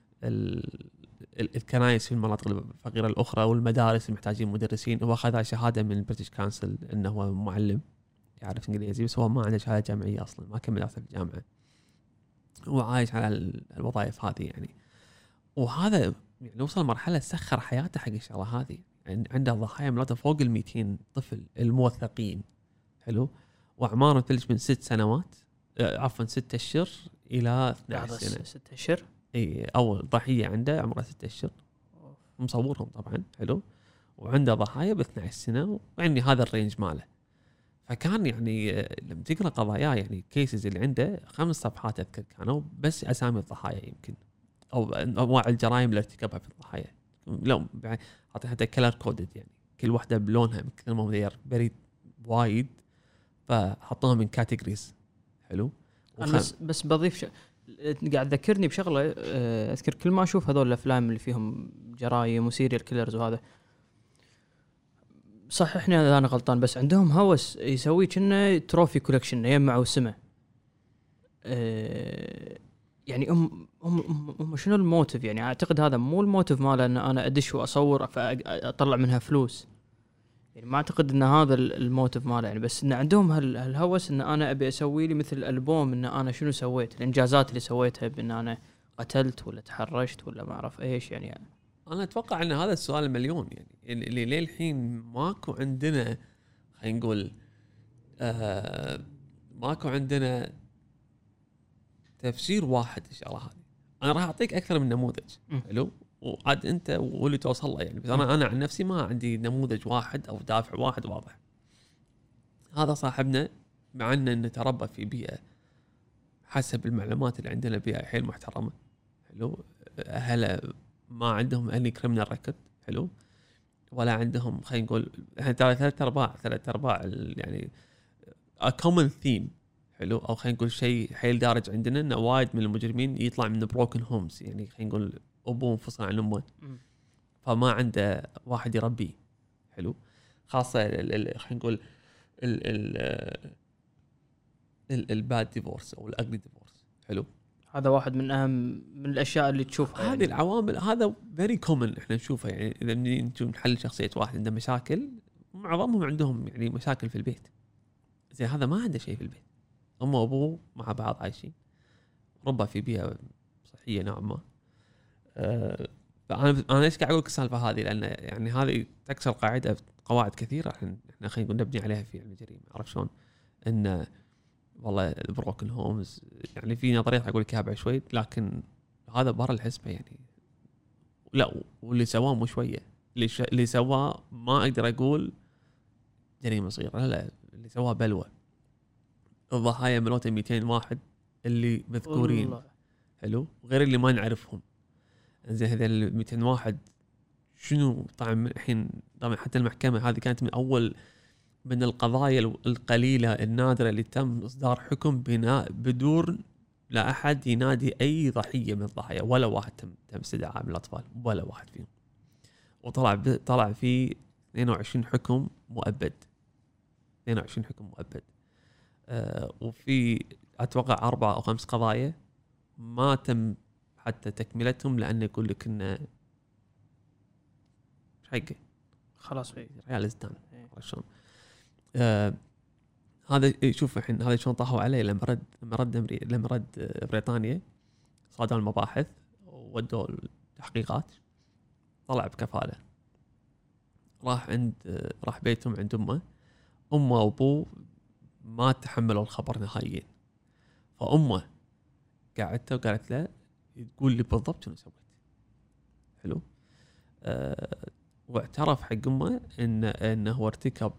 الكنائس في المناطق الفقيره الاخرى والمدارس المحتاجين مدرسين. هو اخذ شهاده من البريتش كانسل انه هو معلم يعرف انجليزي، بس هو ما عنده شهاده جامعيه اصلا، ما كمل دراسه في الجامعه، هو عايش على الوظائف هذه يعني. وهذا يعني وصل مرحله سخر حياته حق الشغله هذه، يعني عنده ضحايا ملاته فوق ال مئتين طفل الموثقين حلو، واعمارهم تلج من ست سنوات آه عفوا ستة اشهر الى اثني عشر سنه. ستة اشهر اي اول ضحيه عنده عمره ستة اشهر، مصورهم طبعا حلو، وعنده ضحايا ب اثني عشر سنه، يعني هذا الرينج ماله. فكان يعني لما تقرا قضايا يعني كيسز اللي عنده خمس صفحات اذكر كانوا بس اسامي الضحايا يمكن، او انواع الجرائم اللي ارتكبها في الضحايا، لا حتى حتى كلر كودد، يعني كل واحده بلونها مثل ما هي بريد وايد، فحطوها من كاتيجوريز حلو. بس بس بضيف ش... قاعد ذكرني بشغله، اذكر كل ما اشوف هذول الافلام اللي فيهم جرايم وسيريال كيلرز وهذا، صححني اذا انا غلطان، بس عندهم هوس يسوي كأنه تروفي كولكشن يجمعوا السماء. أه يعني هم هم هم شنو الموتيف يعني؟ اعتقد هذا مو الموتيف ماله ان انا ادش واصور فاطلع منها فلوس، يعني ما اعتقد ان هذا الموتيف ماله يعني، بس ان عندهم هالهوس ان انا ابي اسوي لي مثل البوم ان انا شنو سويت، الانجازات اللي سويتها بان انا قتلت ولا تحرشت ولا ما اعرف ايش يعني, يعني انا اتوقع ان هذا السؤال المليون يعني اللي للحين ماكو عندنا، خلينا نقول آه ماكو عندنا تفسير واحد للشغله هذه. انا راح اعطيك اكثر من نموذج حلو، وعاد انت واللي توصل له يعني، بس انا انا عن نفسي ما عندي نموذج واحد او دافع واحد واضح. هذا صاحبنا مع انه تربى في بيئه حسب المعلومات اللي عندنا بيئه حيل محترمه حلو، اهله ما عندهم اني كريمنال ريكورد حلو، ولا عندهم خلينا نقول احنا ترى ثلاث ارباع ثلاث ارباع يعني a common theme حلو، او خلينا نقول شيء حيل دارج عندنا ان وايد من المجرمين يطلع من بروكن هومز، يعني خلينا نقول ابوه انفصل عن امه فما عنده واحد يربيه حلو، خاصه خلينا نقول الباد ديفورس او الاجلي ديفورس حلو. هذا واحد من اهم من الاشياء اللي تشوفها هذه يعني. العوامل هذا فيري كومن احنا نشوفها يعني، اذا نجي نحل شخصيه واحد عنده مشاكل معظمهم عندهم يعني مشاكل في البيت، زي هذا ما عنده شيء في البيت، امه وابوه مع بعض عايشين، ربى في بيئه صحيه نوعا ما. أه فانا انا ليش قاعد اقول لك السالفه هذه؟ لان يعني هذه تكسر قاعده قواعد كثيره احنا احنا خلينا نقول نبني عليها في علم الجريمه. عرفت شلون؟ ان والله البروكن هومز يعني في نظريات اقول لك اياها بعد شوي، لكن هذا برا الحسبه يعني. لا واللي سواه مو شويه، اللي ش... اللي سواه ما اقدر اقول جريمه صغيره، لا لا اللي سواه بلوى. الضحايا ملوته مئتين واحد اللي مذكورين الله. حلو، غير اللي ما نعرفهم. زين هذول ال مئتين واحد شنو طبعا الحين طبعا حتى المحكمه هذه كانت من اول من القضايا القليله النادره اللي تم اصدار حكم بناء بدون لا احد ينادي اي ضحيه من الضحايا، ولا واحد تم تم استدعاء من الاطفال ولا واحد فيهم. وطلع طلع في اثنين وعشرين حكم مؤبد، اثنين وعشرين حكم مؤبد. آه وفي اتوقع اربع او خمس قضايا ما تم حتى تكملتهم لانه يقول لك انه حقه خلاص في ريال ازدان. شلون آه هذا شوف الحين هذا شلون طاحوا عليه لما رد لما رد أمري... لما رد بريطانيا صادوا المباحث وودوا التحقيقات، طلع بكفاله. راح عند راح بيتهم عند امه، امه وابوه ما تحملوا الخبر نهائيا، فامه قعدته وقالت له تقول لي بالضبط شنو سويت حلو. أه واعترف حق امه ان انه هو ارتكب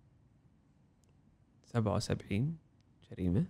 سبعة وسبعين جريمه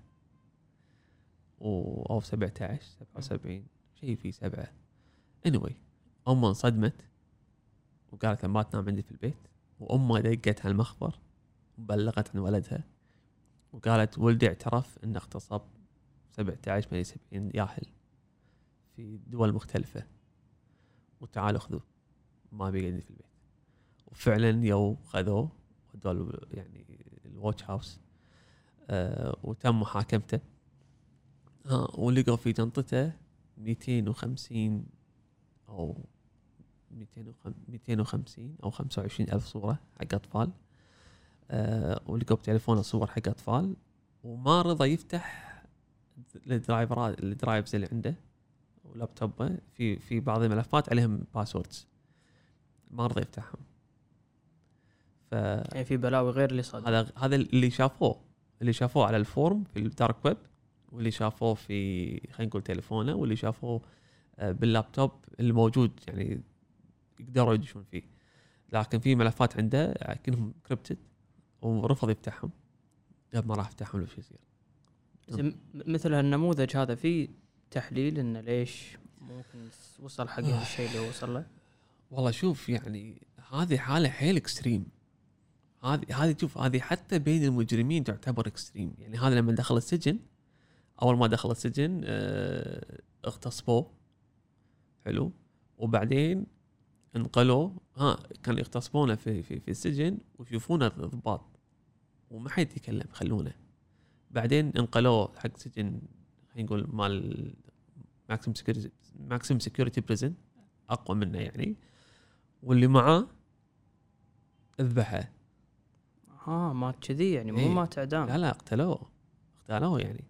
او او سبعة عشر سبعة وسبعين شيء في سبعه. anyway امه انصدمت وقالت ما تنام عندي في البيت، وامه دقت على المخبر وبلغت عن ولدها وقالت ولدي اعترف انه اغتصب سبعة عشر من سبعين ياهل في دول مختلفه، وتعالوا خذوه ما بيقعد في البيت. وفعلا يو خذوه ودول يعني الواتش هاوس أه وتم محاكمته. ها ولقوا في جنطته مئتين وخمسين او مئتين وخمسين او خمسة وعشرين ألف صورة حق أطفال. أه ولقوا بتليفونه صور حق أطفال، وما رضى يفتح الدرايفرات الدرايفز اللي عنده ولابتوبه في في بعض الملفات عليهم باسوردز ما رضى يفتحهم. ف يعني في بلاوي غير اللي صار. هذا هذا اللي شافوه اللي شافوه على الفورم في الدارك ويب، واللي شافوه في خلينا نقول تليفونه، واللي شافوه باللابتوب اللي موجود يعني يقدروا يدشون فيه. لكن في ملفات عنده كلهم كريبتد ورفض يفتحهم. قبل ما راح يفتحهم له شو يصير. مثل هالنموذج هذا في تحليل انه ليش ممكن وصل حق الشيء اللي وصل له؟ والله شوف يعني هذه حاله حيل اكستريم. هذه هذه شوف هذه حتى بين المجرمين تعتبر اكستريم. يعني هذا لما دخل السجن، اول ما دخل السجن اه اغتصبوه حلو، وبعدين انقلوه. ها كان يغتصبونه في في في السجن ويشوفونه الضباط وما حد يتكلم خلونه. بعدين انقلوه حق سجن خلينا نقول مال ماكسيم سكيورتي ماكسيم سكيورتي بريزن اقوى منه يعني، واللي معاه اذبحه. اه مات كذي يعني، مو إيه. مات اعدام. لا لا اقتلوه اقتلوه يعني.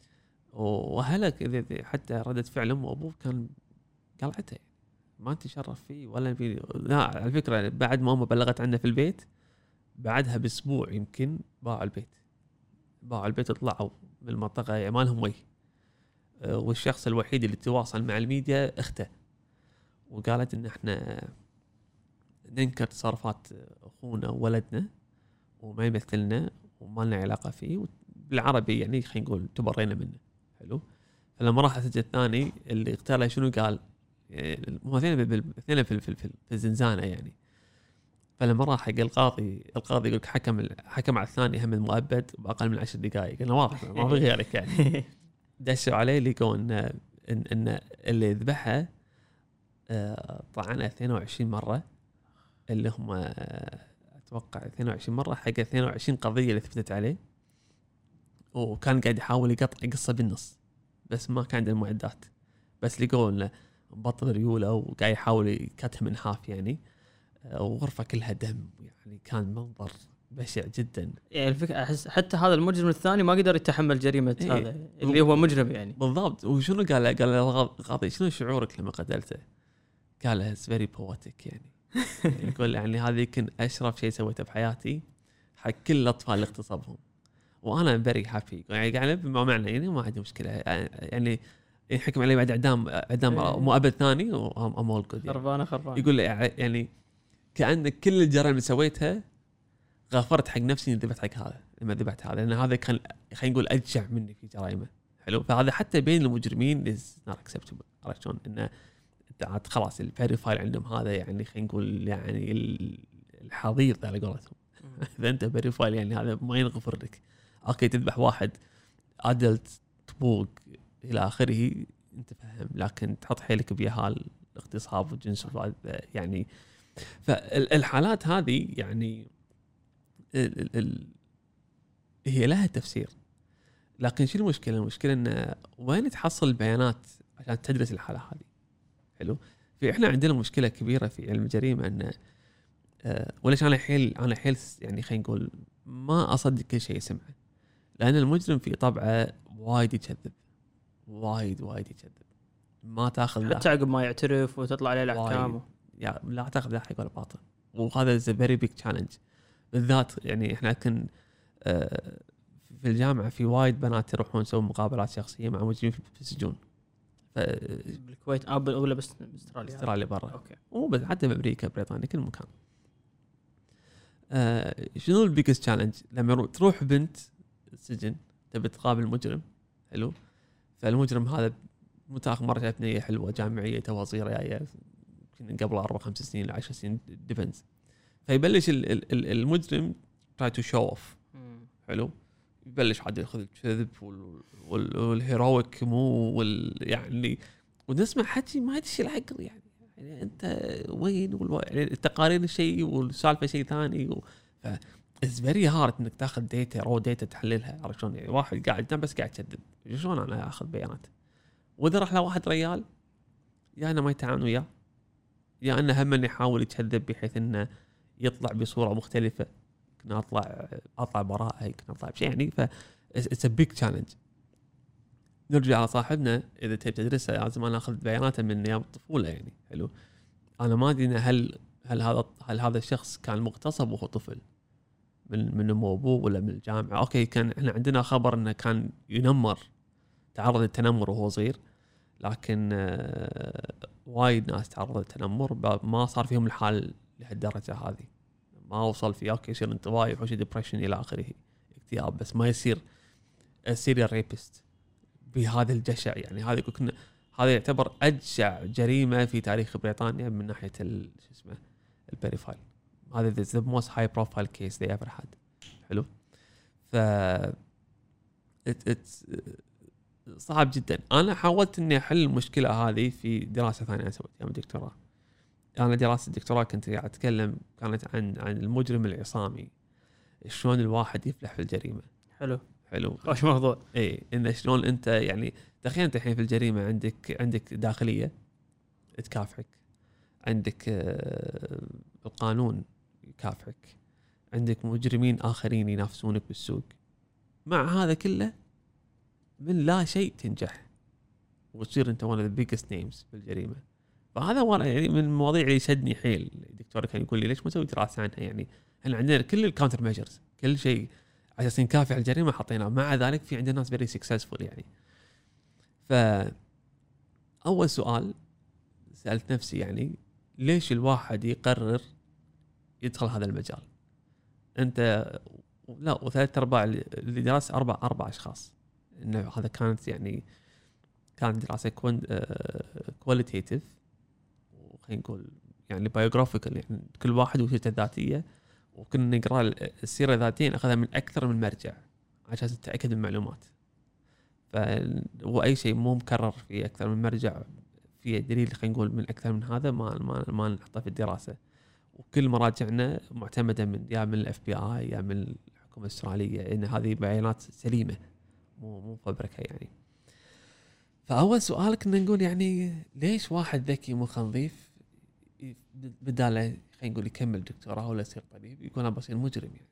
وهلك اذا حتى ردة فعل امه وابوه كان قلعته، ما تشرف فيه ولا في. لا على فكره بعد ما امه بلغت عنه في البيت، بعدها باسبوع يمكن باعوا البيت باعوا البيت وطلعوا من المنطقه يعني ما لهم وجه. والشخص الوحيد اللي تواصل مع الميديا اخته، وقالت ان احنا ننكر تصرفات اخونا وولدنا وما يمثلنا وما لنا علاقه فيه، بالعربي يعني خلينا نقول تبرينا منه. حلو. فلما راح السجن الثاني اللي اغتاله شنو قال؟ يعني مو اثنين اثنين في في في الزنزانه يعني. فلما راح حق القاضي، القاضي يقول حكم حكم على الثاني هم المؤبد باقل من عشر دقائق. انا واضح ما في غيرك يعني. دشوا عليه لقوا ان ان, إن اللي ذبحه طعنه اثنين وعشرين مره، اللي هم اتوقع اثنين وعشرين مره حق اثنين وعشرين قضيه اللي ثبتت عليه. وكان قاعد يحاول يقطع قصه بالنص بس ما كان عنده المعدات، بس لقوا انه بطل ريوله وقاعد يحاول يكتها من حاف يعني. وغرفه كلها دم يعني، كان منظر بشع جدا يعني. الفكره احس حتى هذا المجرم الثاني ما قدر يتحمل جريمه إيه. هذا اللي هو مجرم يعني. بالضبط. وشنو قال قال القاضي شنو شعورك لما قتلته؟ قال اتس فيري بواتيك يعني. يقول يعني هذه يمكن اشرف شيء سويته بحياتي حق كل الاطفال اللي اغتصبهم، وانا فيري هابي يعني. قاعد ما معنى يعني ما عندي مشكله يعني يحكم علي بعد اعدام اعدام مؤبد ثاني وامول جود يعني. خربانه خربانه. يقول يعني كأن كل الجرائم اللي سويتها غفرت حق نفسي اني ذبحت حق هذا لما ذبحت هذا، لان هذا كان خلينا نقول اجشع مني في جرائمه. حلو. فهذا حتى بين المجرمين از نوت اكسبتبل. عرفت شلون؟ انه انت خلاص الفيريفايل عندهم هذا يعني خلينا نقول يعني الحضيض على قولتهم. اذا انت فيريفايل يعني هذا ما ينغفر لك. اوكي تذبح واحد ادلت طبوق الى اخره انت فاهم، لكن تحط حيلك بيهال الاغتصاب والجنس يعني. فالحالات هذه يعني ال ال هي لها تفسير، لكن شو المشكله؟ المشكله ان وين تحصل البيانات عشان تدرس الحاله هذه. حلو. في احنا عندنا مشكله كبيره في علم الجريمه ان أه وليش انا حيل انا حيل يعني خلينا نقول ما اصدق كل شيء يسمعه، لان المجرم في طبعه وايد يكذب وايد وايد يكذب. ما تاخذ حتى عقب ما يعترف وتطلع عليه الاحكام يعني لا تاخذ لا حق ولا باطل. وهذا از فيري بيج تشالنج بالذات يعني. احنا كن أه في الجامعه في وايد بنات يروحون يسوون مقابلات شخصيه مع مجرمين في السجون. بالكويت اب ولا بس باستراليا؟ استراليا برا. اوكي. مو بس حتى بامريكا بريطانيا كل مكان. آه شنو البيجست تشالنج؟ لما تروح بنت السجن تبي تقابل مجرم. حلو. فالمجرم هذا متاخر مره شاف نيه حلوه جامعيه تو صغيره جايه قبل أربع خمس سنين ل عشر سنين ديبنز. فيبلش المجرم try to show off. حلو. يبلش عاد ياخذ الكذب والهيرويك مو وال يعني ونسمع حكي ما يدش العقل يعني. يعني انت وين والو... يعني التقارير شيء والسالفه شيء ثاني و... ف it's very hard انك تاخذ ديتا رو ديتا تحللها. عرفت شلون؟ يعني واحد قاعد بس قاعد يكذب شلون انا اخذ بيانات؟ واذا راح له واحد ريال يا انا ما يتعاون وياه يا انه هم يحاول يكذب بحيث انه يطلع بصوره مختلفه. كنا اطلع اطلع براءه كنا اطلع بشيء يعني. ف it's a big challenge. نرجع على صاحبنا اذا تبي تدرسه لازم انا اخذ بياناته من ايام الطفوله يعني. حلو. انا ما ادري هل هل هذا هل هذا الشخص كان مغتصب وهو طفل من من امه وابوه ولا من الجامعه. اوكي كان احنا عندنا خبر انه كان ينمر تعرض للتنمر وهو صغير، لكن آه وايد ناس تعرضوا للتنمر ما صار فيهم الحال لهالدرجه هذه. ما وصل في اوكي يصير انطوائي وحوش ديبريشن الى اخره اكتئاب، بس ما يصير سيريال ريبست بهذا الجشع يعني. هذا كنا هذا يعتبر اجشع جريمه في تاريخ بريطانيا من ناحيه ال شو اسمه البيريفايل. هذا the most high profile case they ever had. حلو. ف it, it's صعب جدا. انا حاولت اني احل المشكله هذه في دراسه ثانيه انا سويتها من الدكتوراه. انا دراسه الدكتوراه كنت قاعد اتكلم كانت عن عن المجرم العصامي، شلون الواحد يفلح في الجريمه. حلو حلو وش موضوع اي ان شلون انت يعني تخيل انت الحين في الجريمه عندك عندك داخليه تكافحك، عندك آه القانون يكافحك، عندك مجرمين اخرين ينافسونك بالسوق، مع هذا كله من لا شيء تنجح وتصير انت one of the biggest names بالجريمه. فهذا ورا يعني من المواضيع اللي شدني حيل. الدكتور كان يقول لي ليش ما تسوي دراسه عنها؟ يعني احنا عندنا كل الكاونتر ميجرز، كل شيء على اساس نكافح الجريمه حطيناه، مع ذلك في عندنا ناس فيري سكسسفول يعني. ف اول سؤال سالت نفسي يعني ليش الواحد يقرر يدخل هذا المجال؟ انت لا وثلاث ارباع اللي دراسه اربع اربع اشخاص، انه هذا كانت يعني كانت دراسه كواليتيتيف وخلينا نقول يعني بايوغرافيكال، يعني كل واحد وسيرته الذاتيه، وكنا نقرا السيره الذاتيه اخذها من اكثر من مرجع عشان نتاكد من المعلومات. فاي شيء مو مكرر في اكثر من مرجع في دليل خلينا نقول من اكثر من هذا ما ما, ما نحطه في الدراسه. وكل مراجعنا معتمده من يا من الاف بي اي يا من الحكومه الاستراليه ان هذه بيانات سليمه مو مو فبركه يعني. فاول سؤال كنا نقول يعني ليش واحد ذكي مخ نظيف بداله خلينا نقول يكمل دكتوراه ولا يصير طبيب يقول انا بصير مجرم يعني.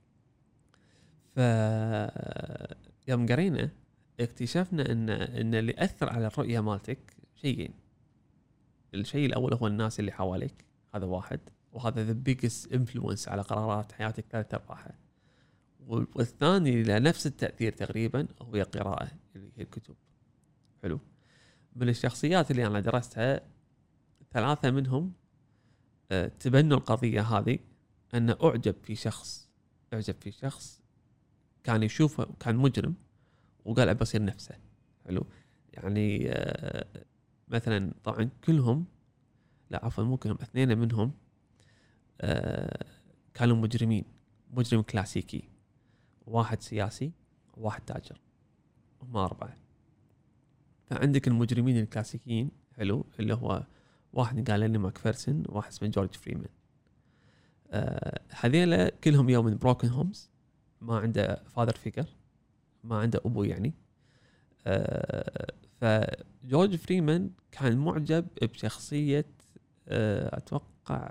ف يوم قرينا اكتشفنا ان ان اللي اثر على الرؤيه مالتك شيئين. الشيء الاول هو الناس اللي حواليك، هذا واحد، وهذا the biggest influence على قرارات حياتك ثلاث ارباعها. والثاني لنفس التاثير تقريبا هو القراءه اللي هي الكتب. حلو. من الشخصيات اللي انا درستها ثلاثه منهم أه تبنوا القضيه هذه، ان اعجب في شخص اعجب في شخص كان يشوفه كان مجرم وقال ابى اصير نفسه. حلو. يعني أه مثلا طبعا كلهم لا عفوا مو كلهم، اثنين منهم أه كانوا مجرمين، مجرم كلاسيكي، واحد سياسي وواحد تاجر، هم اربعه. فعندك المجرمين الكلاسيكيين حلو اللي هو واحد قال لي ماكفيرسون، واحد اسمه جورج فريمان. أه هذيلا كلهم يوم من بروكن هومز، ما عنده فاذر فيجر، ما عنده ابو يعني. أه فجورج فريمان كان معجب بشخصية أه اتوقع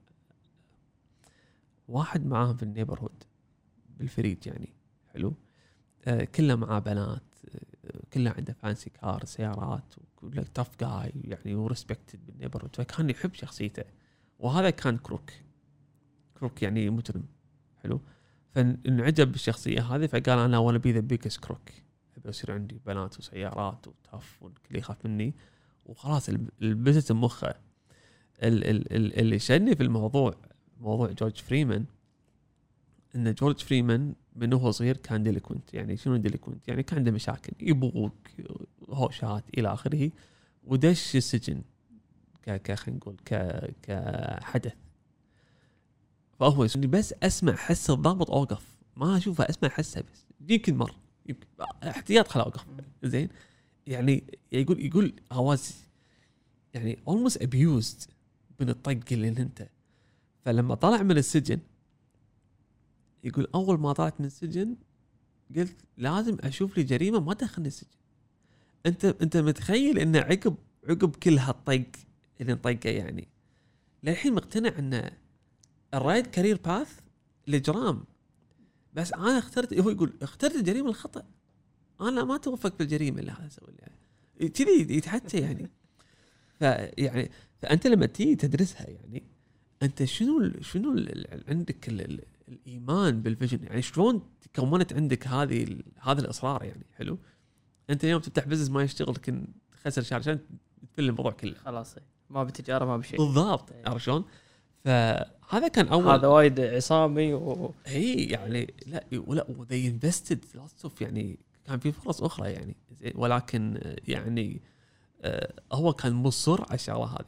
واحد معاهم في النيبرهود بالفريج يعني. حلو. أه كله معاه بنات، كله عنده فانسي كار سيارات وكله تاف جاي يعني وريسبكتد بالنيبرهود. فكان يحب شخصيته، وهذا كان كروك كروك يعني مجرم. حلو. فانعجب بالشخصيه هذه فقال انا وانا بي ذا بيجست كروك، ابي يصير عندي بنات وسيارات وتاف والكل يخاف مني وخلاص. البزت مخه. اللي شدني في الموضوع موضوع جورج فريمان ان جورج فريمان من هو صغير كان ديليكوينت. يعني شنو ديليكوينت؟ يعني كان عنده مشاكل، يبوق، هوشات الى اخره، ودش السجن ك خلينا نقول ك كحدث. فهو بس اسمع حس الضابط اوقف، ما اشوفه اسمع حسه، بس يمكن مر يمكن احتياط خلا اوقف زين. يعني يقول يقول هواز يعني almost abused من الطق اللي انت. فلما طلع من السجن يقول اول ما طلعت من السجن قلت لازم اشوف لي جريمه ما دخلني السجن. انت انت متخيل ان عقب عقب كل هالطق اللي انطقه يعني للحين مقتنع ان الرايد كارير باث الاجرام، بس انا اخترت. هو يقول اخترت الجريمه الخطا، انا ما توفق بالجريمه اللي هذا سوي يعني كذي يتحكى يعني. فيعني فانت لما تيجي تدرسها يعني انت شنو شنو عندك الايمان بالفيجن، يعني شلون تكونت عندك هذه هذا الاصرار يعني. حلو. انت اليوم تفتح بزنس ما يشتغل لكن تخسر شهر عشان تفل الموضوع كله خلاص ما بتجاره ما بشيء بالضبط. عارف شلون؟ فهذا كان اول هذا وايد عصامي و... هي يعني لا ولا they invested lots of يعني كان في فرص اخرى يعني، ولكن يعني آه هو كان مصر على الشغله هذه.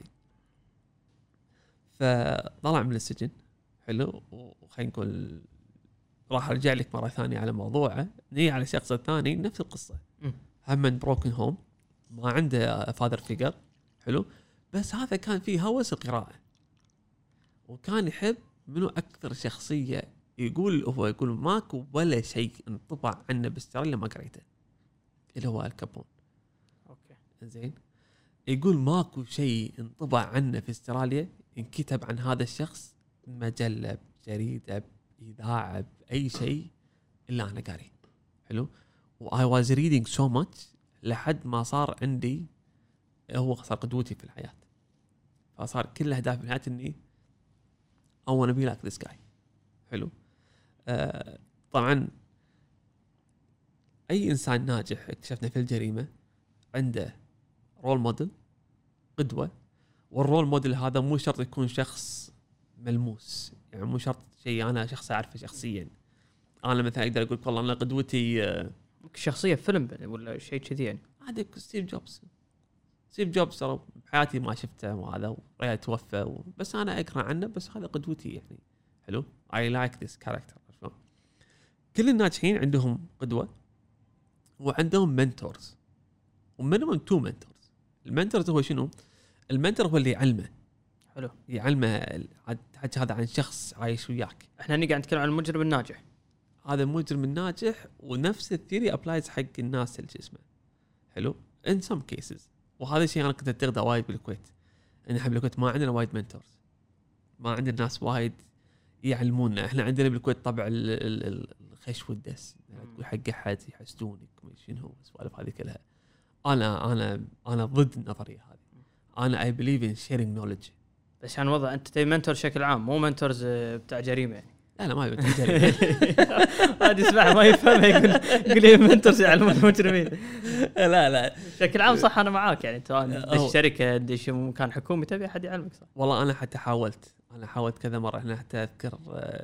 فطلع من السجن. حلو. وخلينا نقول راح ارجع لك مره ثانيه على موضوعه. نيجي على الشخص الثاني نفس القصه، هم من بروكن هوم، ما عنده فادر فيجر. حلو. بس هذا كان فيه هوس القراءه، وكان يحب منو اكثر شخصيه يقول هو يقول ماكو ولا شيء انطبع عنه باستراليا ما قريته اللي هو الكابون. اوكي زين. يقول ماكو شيء انطبع عنه في استراليا انكتب عن هذا الشخص مجله جريده اذاعه اي شيء الا انا قاري. حلو. واي واز ريدينج سو ماتش لحد ما صار عندي هو صار قدوتي في الحياه. فصار كل اهدافي في الحياه اني I wanna be like this guy. حلو. آه طبعا اي انسان ناجح اكتشفنا في الجريمه عنده رول موديل قدوه، والرول موديل هذا مو شرط يكون شخص ملموس، يعني مو شرط شيء انا شخص اعرفه شخصيا. انا مثلا اقدر اقول والله انا قدوتي آه شخصيه فيلم ولا شيء كذي يعني. عادك ستيف جوبز. ستيف جوبز ترى بحياتي ما شفته وهذا وريا توفى و... بس انا اقرا عنه، بس هذا قدوتي يعني. حلو. I like this character. كل الناجحين عندهم قدوه وعندهم منتورز، ومينيمم تو منتورز. المنتورز هو شنو؟ المنتور هو اللي يعلمه. حلو. يعلمه حتى هذا عن شخص عايش وياك. احنا هني قاعد نتكلم عن المجرم الناجح. هذا المجرم الناجح، ونفس الثيري ابلايز حق الناس اللي اسمه. حلو. in some cases. وهذا الشيء انا كنت اتخذه وايد بالكويت. ان احنا بالكويت ما عندنا وايد منتورز، ما عندنا ناس وايد يعلمونا. احنا عندنا بالكويت طبع الخش والدس، تقول حق احد يحسدونك شنو السوالف هذه كلها. انا انا انا ضد النظريه هذه. انا اي بليف ان شيرينج نوليدج. بس عشان وضع انت تبي منتور بشكل عام، مو منتورز بتاع جريمه يعني. لا لا ما يبي جريمه. هذا يسمع ما يفهم يقول يقول لي منتورز يعلمون المجرمين. لا لا بشكل عام صح انا معاك يعني. انت الشركه دش مكان حكومي تبي احد يعلمك صح. والله انا حتى حاولت انا حاولت كذا مره. انا حتى اذكر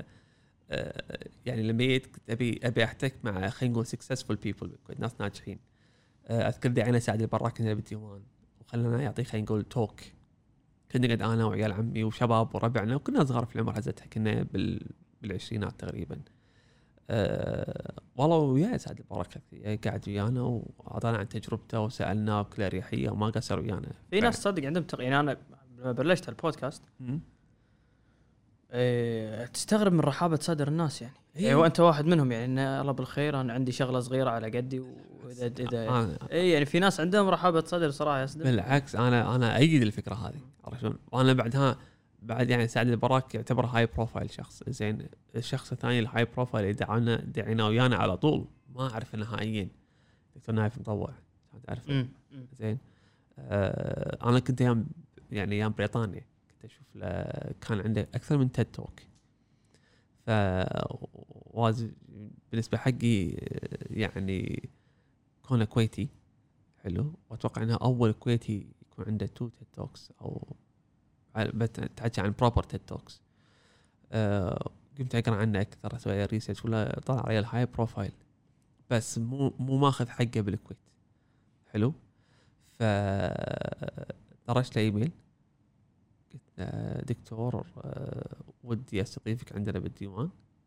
يعني لما جيت ابي ابي احتك مع خلينا نقول سكسسفول بيبل بالكويت، ناس ناجحين. اذكر دعينا سعد البراك كنا بالديوان وخلنا يعطي خلينا نقول توك. كنا قاعد انا وعيال عمي وشباب وربعنا وكنا صغار في العمر حزتها، كنا بال بالعشرينات تقريبا. أه والله ويا سعد البراك قاعد ويانا واعطانا عن تجربته وسالناه بكل اريحيه وما قصر ويانا. في ناس صدق عندهم تق... يعني انا لما بلشت البودكاست إيه تستغرب من رحابه صدر الناس يعني. إيه وانت واحد منهم يعني. ان الله بالخير انا عندي شغله صغيره على قدي واذا اذا آه اي يعني في ناس عندهم رحابه صدر صراحه يا صدق. بالعكس انا انا ايد الفكره هذه عرفت. وانا بعدها بعد يعني سعد البراك يعتبر هاي بروفايل شخص. زين الشخص الثاني الهاي بروفايل اللي دعونا دعينا ويانا على طول ما اعرف نهائيا دكتور نايف مطوع تعرف. زين آه انا كنت يوم يعني ايام بريطانيا كنت اشوف له كان عنده اكثر من تيد توك. ف واز بالنسبه حقي يعني كونه كويتي حلو، واتوقع انها اول كويتي يكون عنده تو تيد توكس او تحكي عن بروبر تيد توكس. أه قمت اقرا عنه اكثر اسوي ريسيرش ولا طلع عليه الهاي بروفايل بس مو مو ماخذ حقه بالكويت. حلو. ف درجت له ايميل قلت دكتور أه ودي استضيفك عندنا بالديوان.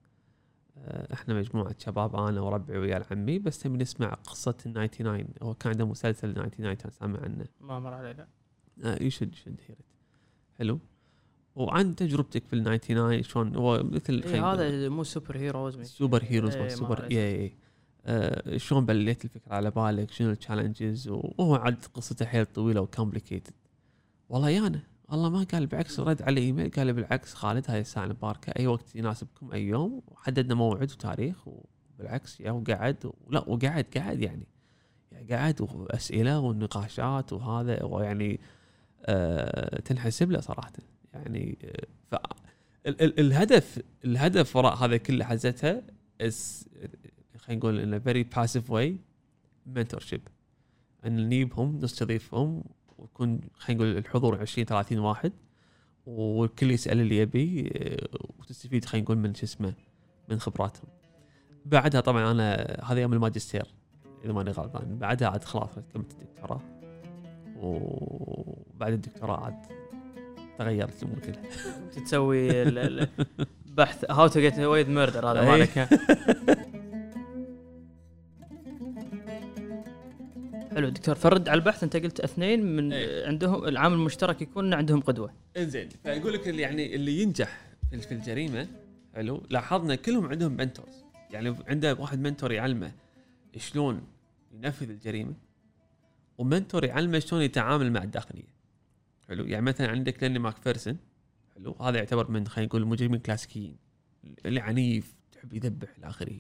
أه احنا مجموعه شباب انا وربعي ويا عمي بس تبي نسمع قصه الناينتي ناين. هو كان عنده مسلسل ناينتي ناين كان سامع عنه ما مر علي لا. أه يشد شد هيرت. حلو. وعن تجربتك في الناينتي ناين شلون هو مثل إيه هذا مو سوبر هيروز سوبر هيروز ايه سوبر اي اي شلون بليت الفكره على بالك شنو التشالنجز. وهو عاد قصته حيل طويله وكومبليكيتد. والله يانا والله ما قال بالعكس رد على ايميل قال بالعكس خالد هاي الساعه المباركه اي وقت يناسبكم اي يوم وحددنا موعد وتاريخ وبالعكس يا وقعد ولا وقعد قاعد يعني قاعد واسئله ونقاشات وهذا ويعني أه تنحسب له صراحه يعني. ف ال- ال- الهدف الهدف وراء هذا كله حزتها خلينا نقول in a very passive way mentorship. ان نجيبهم نستضيفهم ويكون خلينا نقول الحضور عشرين ثلاثين واحد والكل يسأل اللي يبي وتستفيد خلينا نقول من شو اسمه من خبراتهم. بعدها طبعا انا هذا يوم الماجستير اذا ماني غلطان. بعدها عاد خلاص كملت الدكتوراه وبعد الدكتوراه عاد تغيرت الامور كلها. تسوي البحث هاو تو جيت اوي ميردر هذا مالك. حلو دكتور فرد على البحث. انت قلت اثنين من ايه. عندهم العامل المشترك يكون عندهم قدوه. انزين فاقول لك اللي يعني اللي ينجح في الجريمه حلو. لاحظنا كلهم عندهم منتورز، يعني عنده واحد منتور يعلمه شلون ينفذ الجريمه، ومنتور يعلمه شلون يتعامل مع الداخليه. حلو. يعني مثلا عندك ليني ماك فيرسون، حلو، هذا يعتبر من خلينا نقول المجرمين الكلاسيكيين اللي عنيف تحب يذبح الى اخره.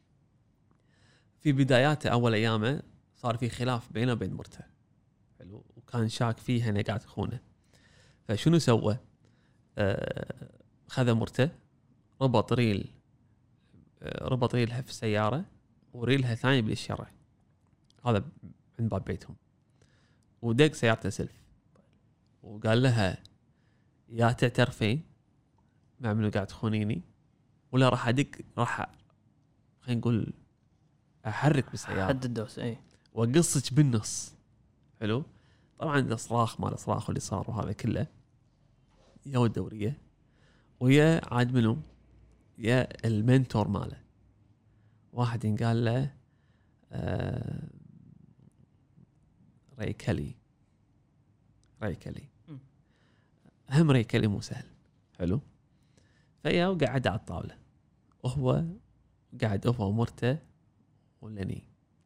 في بداياته اول ايامه صار في خلاف بينه وبين مرته، حلو، وكان شاك فيها انها قاعده تخونه. فشنو سوى؟ آه خذ مرته، ربط ريل آه ربط ريلها في السياره وريلها ثاني بالشارع، هذا عند باب بيتهم، ودق سيارته سلف وقال لها يا تعترفين مع منو قاعد تخونيني ولا راح ادق، راح خلينا نقول احرك بالسياره حد الدوس اي وقصك بالنص. حلو. طبعا الاصراخ مال الاصراخ اللي صار وهذا كله، يا الدوريه ويا عاد منو يا المنتور ماله، واحد ينقال له آه راي كلي. راي كلي هم راي كلي مو سهل. حلو. فيا وقعد على الطاوله وهو قاعد هو ومرته ولني،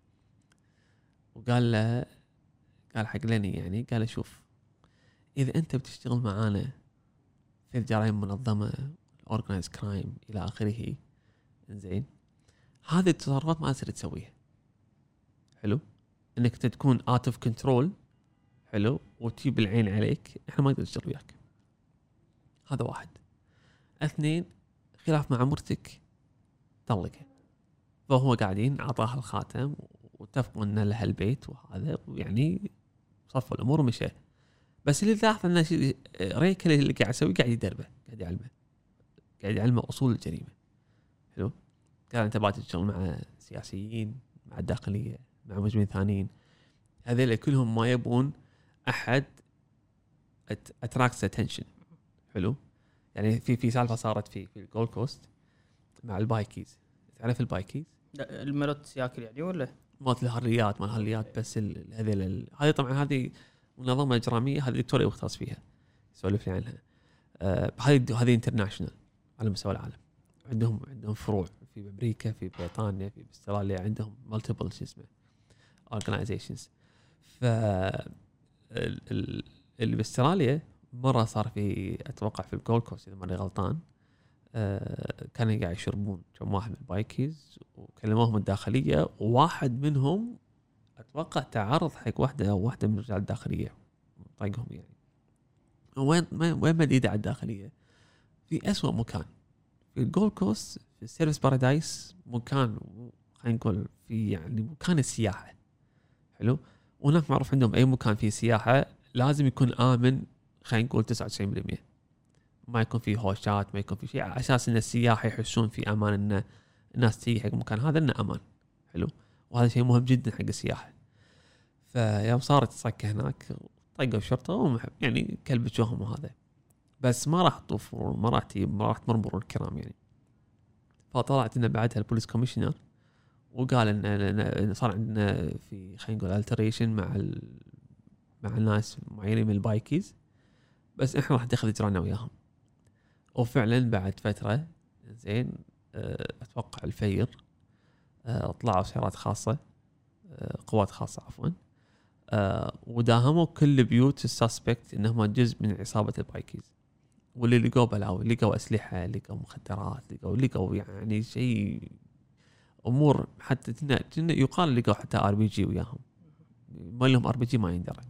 وقال له قال حق لني يعني قال شوف، اذا انت بتشتغل معانا في الجرائم المنظمه اورجنايز كرايم الى اخره، زين، هذه التصرفات ما تصير تسويها. حلو. انك تكون اوت اوف كنترول، حلو، وتجيب العين عليك، احنا ما نقدر نشتغل وياك. هذا واحد. اثنين، خلاف مع مرتك طلقها، فهو قاعدين عطاها الخاتم واتفقوا ان لها البيت وهذا، ويعني صفوا الامور ومشى. بس اللي لاحظ ان ريكل اللي قاعد يسوي قاعد يدربه، قاعد يعلمه قاعد يعلمه اصول الجريمه. حلو. قال انت باغي تشتغل مع سياسيين، مع الداخليه، مع مجرمين ثانيين، هذول كلهم ما يبون احد اتراكس اتنشن. حلو. يعني في في سالفه صارت في في الجولد كوست مع البايكيز. تعرف البايكيز؟ لا الملوت سياكل يعني ولا مات الهريات، ما الهريات بس هذه هذه طبعا هذه منظمه اجراميه، هذه فيكتوريا مختص فيها، يسولف لي عنها. آه هذه هذه انترناشونال على مستوى العالم، عندهم عندهم فروع في امريكا، في بريطانيا، في استراليا، عندهم مالتيبل شو اسمه اورجنايزيشنز. ف اللي باستراليا مره صار في اتوقع في الجولد كوست اذا ماني غلطان، آه كانوا قاعد يشربون كم واحد من البايكيز وكلموهم الداخليه، وواحد منهم اتوقع تعرض حق واحده او واحده من رجال الداخليه طيقهم. يعني وين وين مديده على الداخليه؟ في أسوأ مكان في الجولد كوست، في السيرفيس بارادايس، مكان خلينا نقول في يعني مكان السياحه. حلو. وهناك معروف عندهم اي مكان فيه سياحه لازم يكون امن، خلينا نقول تسعة وتسعين بالمئة، ما يكون فيه هوشات، ما يكون فيه شيء، على اساس ان السياح يحسون في امان، ان الناس تيجي حق مكان هذا انه امان. حلو. وهذا شيء مهم جدا حق السياحه. فيوم صارت صكه هناك طقوا الشرطه يعني كلبشوهم وهذا، بس ما راح تطوف، ما راح ما راح تمر مرور الكرام يعني. فطلعت لنا بعدها البوليس كوميشنر وقال ان صار عندنا في خلينا نقول التريشن مع ال... مع الناس معينين من البايكيز، بس احنا راح ناخذ اجراءنا وياهم. وفعلا بعد فتره زين اتوقع الفير طلعوا سيارات خاصه، قوات خاصه عفوا، وداهموا كل بيوت السسبكت انهم جزء من عصابه البايكيز. واللي لقوا بلاوي، لقوا اسلحه، لقوا مخدرات، لقوا لقوا يعني شيء امور، حتى يقال لقوا حتى ار بي جي وياهم، ما لهم ار بي جي ما يندرى.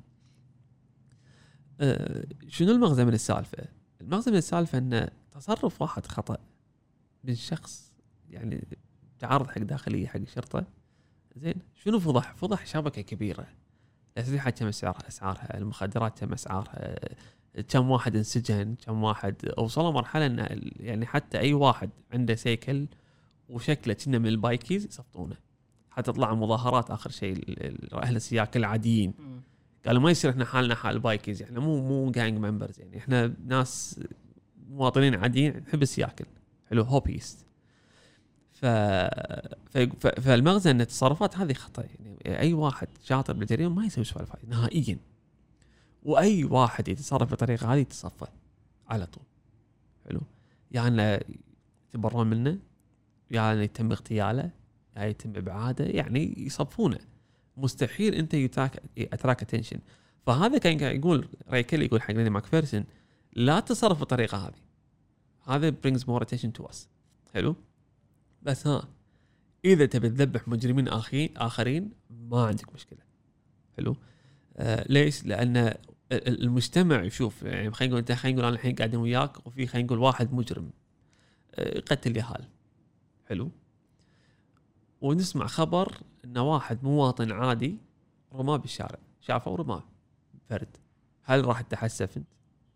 أه شنو المغزى من السالفه؟ المغزى من السالفه ان تصرف واحد خطا من شخص يعني تعرض حق داخليه حق الشرطه، زين، شنو فضح؟ فضح شبكه كبيره، الاسلحه كم اسعارها، اسعارها المخدرات كم اسعارها، كم واحد انسجن، كم واحد اوصلوا مرحله ان يعني حتى اي واحد عنده سيكل وشكله كنا من البايكيز يصفطونه، حتى طلع مظاهرات اخر شيء اهل السياق العاديين قالوا ما يصير احنا حالنا حال البايكيز، احنا مو مو جانج ممبرز، يعني احنا ناس مواطنين عاديين نحب السياكل. حلو. هوبيست. ف... ف... فالمغزى ان التصرفات هذه خطأ، يعني اي واحد شاطر بالجريمه ما يسوي سوالف هذه نهائيا، واي واحد يتصرف بالطريقه هذه يتصفى على طول. حلو. يعني يتبرون منه، يعني يتم اغتياله، يعني يتم ابعاده، يعني يصفونه. مستحيل انت يتراك اتراك اتنشن. فهذا كان قاعد يقول راي كيلي، يقول حق ليني ماكفيرسون لا تتصرف بالطريقه هذه، هذا brings more attention to us. حلو. بس ها اذا تبي تذبح مجرمين اخرين اخرين ما عندك مشكله. حلو. آه ليش؟ لان المجتمع يشوف، يعني خلينا نقول انت خلينا نقول انا الحين قاعدين وياك وفي خلينا نقول واحد مجرم آه قتل يهال. حلو. ونسمع خبر ان واحد مواطن عادي رماه بالشارع، شافه ورماه فرد، هل راح تتحسف انت؟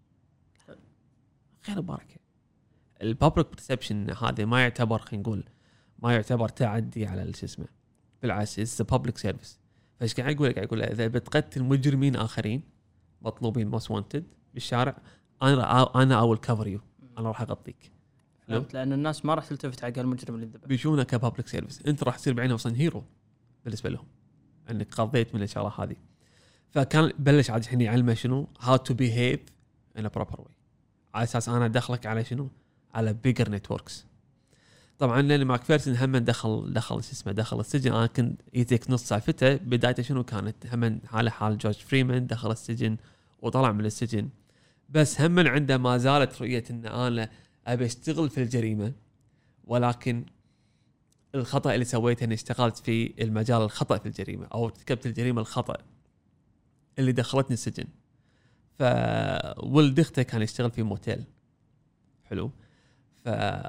خير بركه. البابليك برسبشن هذا ما يعتبر خلينا نقول ما يعتبر تعدي على شو اسمه، بالعكس اتس بابليك سيرفيس. فايش قاعد يقول لك؟ يقول اذا بتقتل مجرمين اخرين مطلوبين موست وانتد بالشارع، انا انا اول كفر يو، انا راح اغطيك. لان الناس ما راح تلتفت حق المجرم اللي ذبح، بيشوفونه كبابليك سيرفيس، انت راح تصير بعينهم اصلا هيرو بالنسبه لهم انك قضيت من الشغله هذه. فكان بلش عاد الحين يعلمه شنو هاو تو بيهيف ان بروبر واي، على اساس انا ادخلك على شنو، على بيجر نتوركس. طبعا لان ماكفيرسون هم دخل دخل اسمه دخل السجن، انا كنت يتك نص سالفته بدايته شنو كانت، هم حاله حال جورج فريمان دخل السجن وطلع من السجن، بس هم عنده ما زالت رؤيه ان انا ابي اشتغل في الجريمه، ولكن الخطا اللي سويته اني اشتغلت في المجال الخطا في الجريمه، او ارتكبت الجريمه الخطا اللي دخلتني السجن. ف ولد اخته كان يشتغل في موتيل. حلو. ف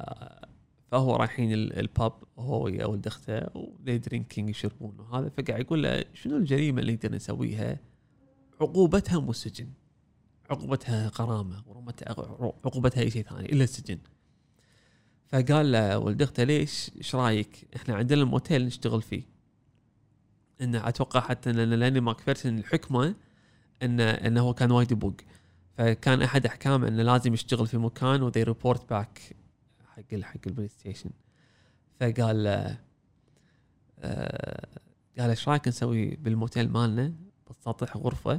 فهو رايحين الباب هو ويا ولد اخته ولي درينكينج يشربون وهذا، فقاعد يقول له شنو الجريمه اللي نقدر نسويها عقوبتها مو السجن، عقوبتها غرامه، عقوبتها اي شيء ثاني الا السجن. فقال له ولد اخته ليش، ايش رايك احنا عندنا الموتيل نشتغل فيه، انه اتوقع حتى ان لاني ماكفيرسون الحكمه انه انه هو كان وايد يبوق، فكان احد احكامه انه لازم يشتغل في مكان وذي ريبورت باك حق حق البلاي ستيشن. فقال له آه قال ايش رايك نسوي بالموتيل مالنا بالسطح غرفه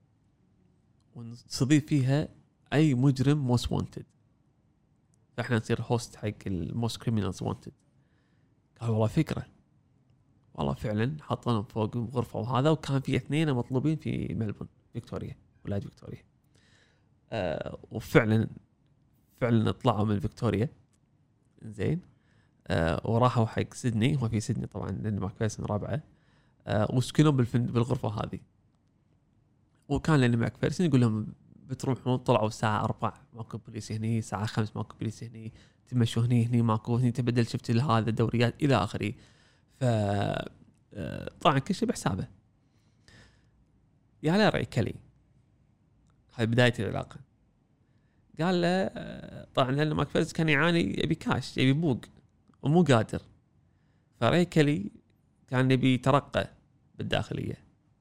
ونستضيف فيها اي مجرم موست وانتد، فاحنا نصير هوست حق الموست كريمينالز وانتد. قال والله فكره. والله فعلا حطوا فوق غرفه وهذا، وكان في اثنين مطلوبين في ملبون فيكتوريا، ولايه فيكتوريا. آه وفعلا فعلا طلعوا من فيكتوريا زين. آه وراحوا حق سيدني، هو في سيدني طبعا لان ماكفيرسون رابعه. آه وسكنوا بالغرفه هذه. وكان لان ماكفيرسون يقول لهم بتروحون، طلعوا الساعه أربعة ماكو بوليس هني، الساعه خمسة ماكو بوليس هني، تمشوا هني هني ماكو، هني تبدل شفت هذا الدوريات الى اخره. ف طبعا كل شيء بحسابه. يا لا راي كلي، هاي بدايه العلاقه. قال له طبعا لان ماكفيرسون كان يعاني، يبي كاش، يبي بوق ومو قادر. فراي كلي كان يبي يترقى بالداخليه،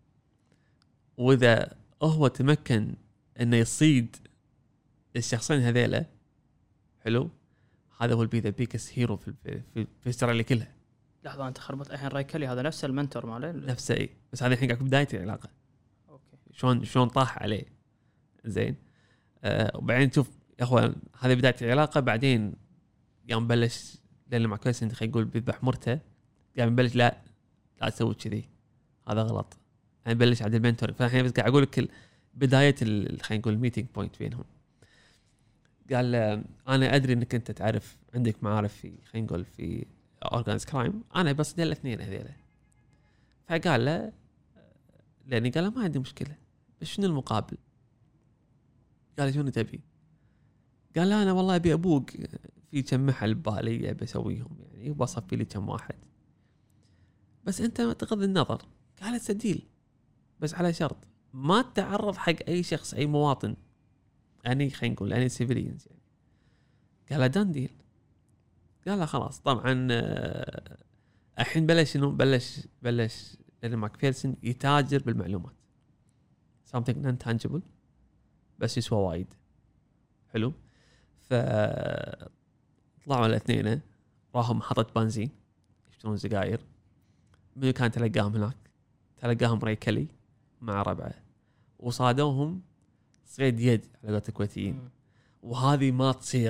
واذا هو تمكن انه يصيد الشخصين هذيلا، حلو، هذا هو البي ذا بيكس هيرو في في في استراليا كلها. لحظه انت خربت الحين، راي كلي هذا نفس المنتور ماله؟ نفسه اي، بس هذا الحين قاعد بدايه العلاقه. اوكي. شلون شلون طاح عليه زين. آه وبعدين تشوف يا اخوان هذه بدايه العلاقه. بعدين يوم بلش لان مع كويس انت خلينا نقول بيذبح مرته، قام بلش لا لا تسوي كذي، هذا غلط. يعني بلش عند المنتور. فالحين بس قاعد اقول لك بدايه خلينا نقول الميتينج بوينت بينهم. قال انا ادري انك انت تعرف عندك معارف في خلينا نقول في اورجانيز كرايم، انا بس دل الاثنين هذيلا. فقال له لاني قال له ما عندي مشكله، بس شنو المقابل؟ قال شنو تبي؟ قال لا انا والله ابي ابوق في كم محل ببالي ابي اسويهم، يعني وبصفي لي كم واحد، بس انت تغض النظر. قال سديل بس على شرط ما تتعرض حق اي شخص اي مواطن، يعني خلينا نقول يعني سيفيليانز يعني. قال دان ديل. قال لا خلاص. طبعا الحين بلش انه بلش بلش لان ماكفيرسون يتاجر بالمعلومات، something non tangible بس يسوى وايد. حلو. ف طلعوا الاثنين راحوا محطة بنزين يشترون سجاير. منو كان تلقاهم هناك؟ تلقاهم راي كلي مع ربعه، وصادوهم صيد يد على قولة الكويتيين. وهذه ما تصير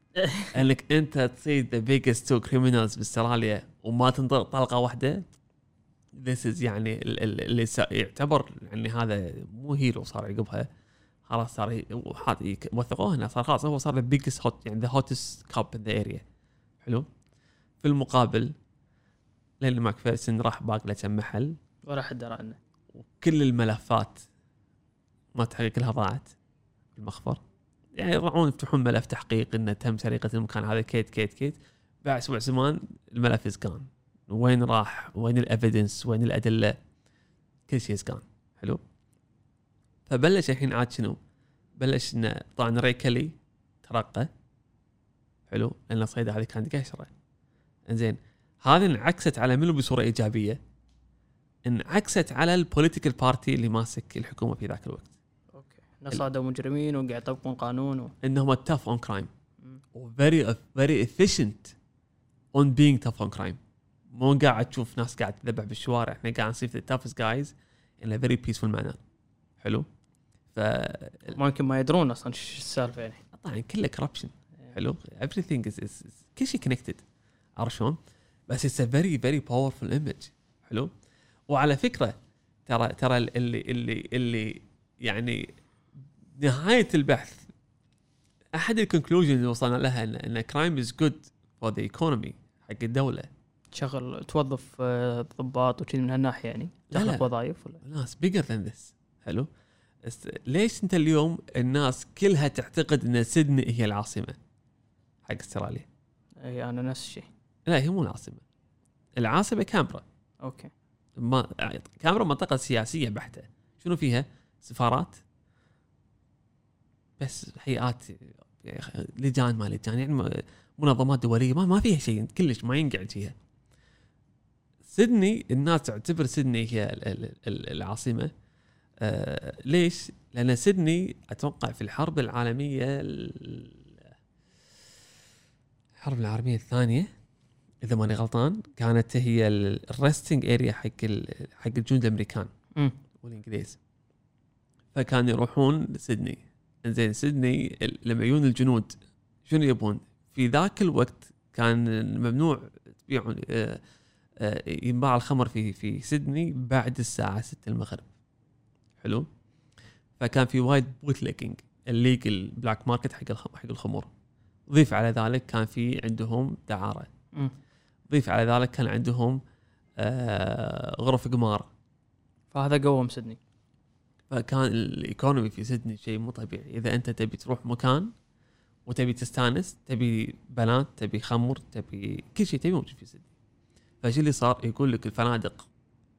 انك انت تصيد ذا بيجست تو كريمينالز باستراليا وما تنطلق طلقه واحده. This is يعني اللي يعتبر يعني هذا مو هيرو صار عقبها خلاص صار حاط وثقوه هنا صار خلاص هو صار ذا بيجست هوت يعني ذا هوتست كاب ان ذا اريا. حلو. في المقابل لين ماكفيرسون راح باقله كم محل ولا حد درى عنه وكل الملفات ما تحقق لها ضاعت بالمخفر. يعني يروحون يفتحون ملف تحقيق انه تم سرقه المكان هذا كيت كيت كيت بعد اسبوع زمان الملف اسكان. وين راح وين الافيدنس وين الادله كل شيء اسكان. حلو. فبلش الحين عاد شنو بلش انه طبعا ري كلي ترقى. حلو. لان الصيده هذه كانت قشره. انزين هذه انعكست على منو بصوره ايجابيه انعكست على البوليتيكال بارتي اللي ماسك الحكومه في ذاك الوقت. اوكي نصادوا مجرمين وقاعد يطبقون قانون و... انهم tough on crime و very very efficient on being tough on crime. مو قاعد تشوف ناس قاعد تذبح بالشوارع. احنا قاعد نصير the toughest guys in a very peaceful manner. حلو. ف ممكن ما يدرون اصلا ايش السالفه يعني. طبعا كله corruption. حلو. everything is, is, is كل شيء connected. عارف شلون؟ بس it's a very very powerful image. حلو. وعلى فكرة ترى ترى اللي اللي اللي يعني نهاية البحث أحد الكونكلوجن اللي وصلنا لها إن إن crime is good for the economy حق الدولة. تشغل توظف ضباط وكذي من هالناحية يعني تخلق وظائف ولا ناس bigger than this. حلو. ليش أنت اليوم الناس كلها تعتقد إن سيدني هي العاصمة حق استراليا؟ أي أنا نفس الشيء. لا هي مو العاصمة. العاصمة كامبرا. أوكي. ما كامبرا منطقة سياسية بحتة. شنو فيها؟ سفارات بس هيئات لجان ما لجان يعني منظمات دولية ما ما فيها شيء كلش ما ينقعد فيها. سيدني الناس تعتبر سيدني هي العاصمة. آه ليش؟ لأن سيدني أتوقع في الحرب العالمية الحرب العالمية الثانية إذا ماني غلطان كانت هي الريستنج اريا حق حق الجنود الأمريكان م. والإنجليز. فكانوا يروحون سيدني. إنزين سيدني لما يجون الجنود شنو يبون؟ في ذاك الوقت كان ممنوع تبيعون آه آه ينباع الخمر في في سيدني بعد الساعة ستة المغرب. حلو. فكان في وايد بوتليكينج الليجل بلاك ماركت حق حق الخمر. ضيف على ذلك كان في عندهم دعارة. م. ضيف على ذلك كان عندهم آه غرف قمار. فهذا قوم سيدني. فكان الايكونومي في سيدني شيء مو طبيعي. اذا انت تبي تروح مكان وتبي تستانس تبي بنات تبي خمر تبي كل شيء تبي موجود في سيدني. فشو اللي صار؟ يقول لك الفنادق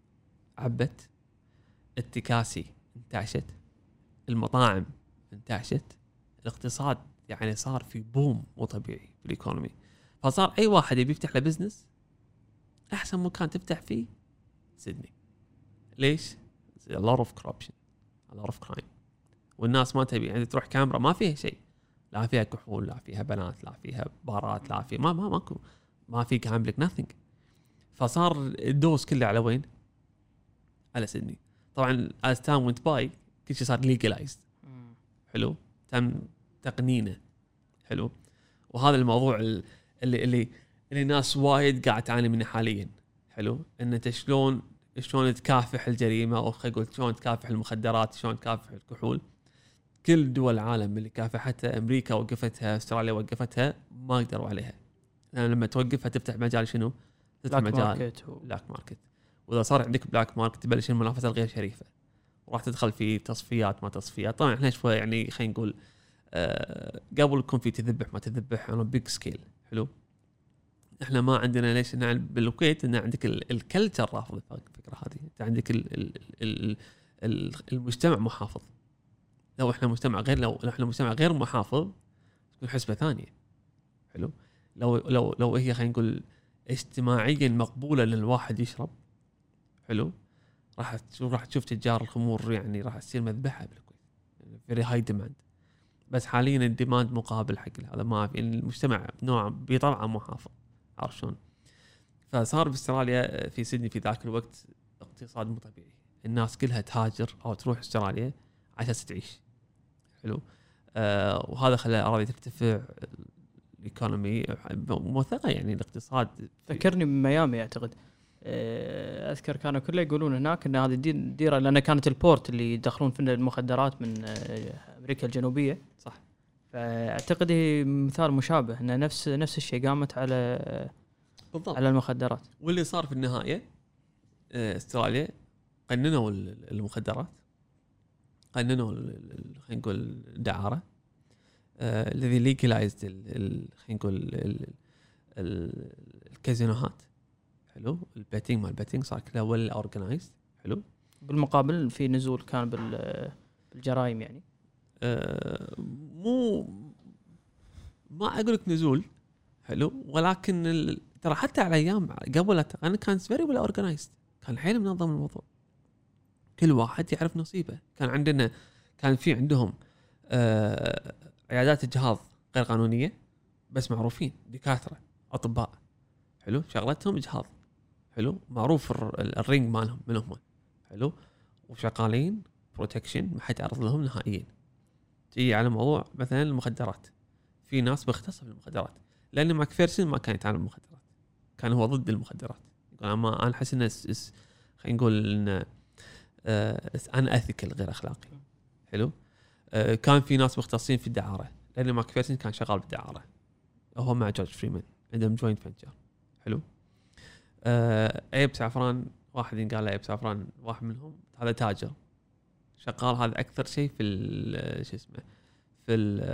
عبت، التكاسي انتعشت، المطاعم انتعشت، الاقتصاد يعني صار في بوم مو طبيعي في الايكونومي. فصار اي واحد يبي يفتح له بزنس احسن مكان تفتح فيه سيدني. ليش؟ a lot of corruption a lot of crime. والناس ما تبي يعني تروح كاميرا ما فيها شيء. لا فيها كحول لا فيها بنات لا فيها بارات لا فيها ما ما ماكو ما في gambling nothing. فصار الدوس كله على وين؟ على سيدني. طبعا as time went by كل شيء صار legalized. حلو. تم تقنينه. حلو. وهذا الموضوع اللي اللي اللي الناس وايد قاعد تعاني منه حاليا. حلو. ان انت شلون شلون تكافح الجريمه او خلينا نقول شلون تكافح المخدرات شلون تكافح الكحول. كل دول العالم اللي كافحتها امريكا وقفتها استراليا وقفتها ما قدروا عليها. لان لما توقفها تفتح مجال شنو؟ تفتح مجال بلاك ماركت. واذا صار عندك بلاك ماركت تبلش المنافسه الغير شريفه وراح تدخل في تصفيات ما تصفيات. طبعا احنا شوي يعني خلينا نقول أه قبل يكون في تذبح ما تذبح على بيج سكيل. حلو. احنا ما عندنا ليش نعمل بالكويت ان عندك الكلتشر رافض الفكره هذه. انت عندك ال ال ال المجتمع محافظ. لو احنا مجتمع غير لو احنا مجتمع غير محافظ تكون حسبه ثانيه. حلو. لو لو لو هي خلينا نقول اجتماعيا مقبوله للواحد يشرب. حلو. راح تشوف راح تشوف تجار الخمور يعني راح تصير مذبحه بالكويت. فيري هاي ديماند. بس حاليا الديماند مقابل حق هذا ما في. المجتمع نوعا بطبعه محافظ. عارف شلون؟ فصار باستراليا في سيدني في ذاك الوقت اقتصاد مو طبيعي. الناس كلها تهاجر او تروح استراليا عشان تعيش. حلو. آه وهذا خلى الاراضي ترتفع. الايكونومي موثقه يعني الاقتصاد. ذكرني بميامي اعتقد اذكر كانوا كله يقولون هناك ان هذه الديره لان كانت البورت اللي يدخلون فينا المخدرات من امريكا الجنوبيه صح. فاعتقد هي مثال مشابه ان نفس نفس الشيء قامت على بالضبط على المخدرات. واللي صار في النهايه استراليا قننوا المخدرات قننوا خلينا نقول الدعاره الذي ليجلايزد خلينا نقول الكازينوهات. حلو. البيتنج مال البيتنج صار كله ويل اورجنايزد. حلو. بالمقابل في نزول كان بالجرائم يعني أه مو ما اقول لك نزول. حلو. ولكن ترى حتى على ايام قبل انا كان فيري ويل اورجنايزد كان حيل منظم الموضوع كل واحد يعرف نصيبه. كان عندنا كان في عندهم أه عيادات اجهاض غير قانونيه بس معروفين دكاتره اطباء. حلو. شغلتهم اجهاض. حلو. معروف الرينج مالهم من هم. حلو. وشغالين بروتكشن ما حد يعرض لهم نهائيا. تيجي على موضوع مثلا المخدرات في ناس بيختصوا في المخدرات لان ماكفيرسون ما كان يتعامل المخدرات كان هو ضد المخدرات. يقول انا انا احس انه خلينا نقول ان انا اثيكال غير اخلاقي. حلو. آه كان في ناس مختصين في الدعاره لان ماكفيرسون كان شغال بالدعاره هو مع جورج فريمان عندهم جوينت فنتشر. حلو. آه ايب سعفران واحد قال له ايب سعفران واحد منهم هذا تاجر شغال هذا اكثر شيء في شو اسمه في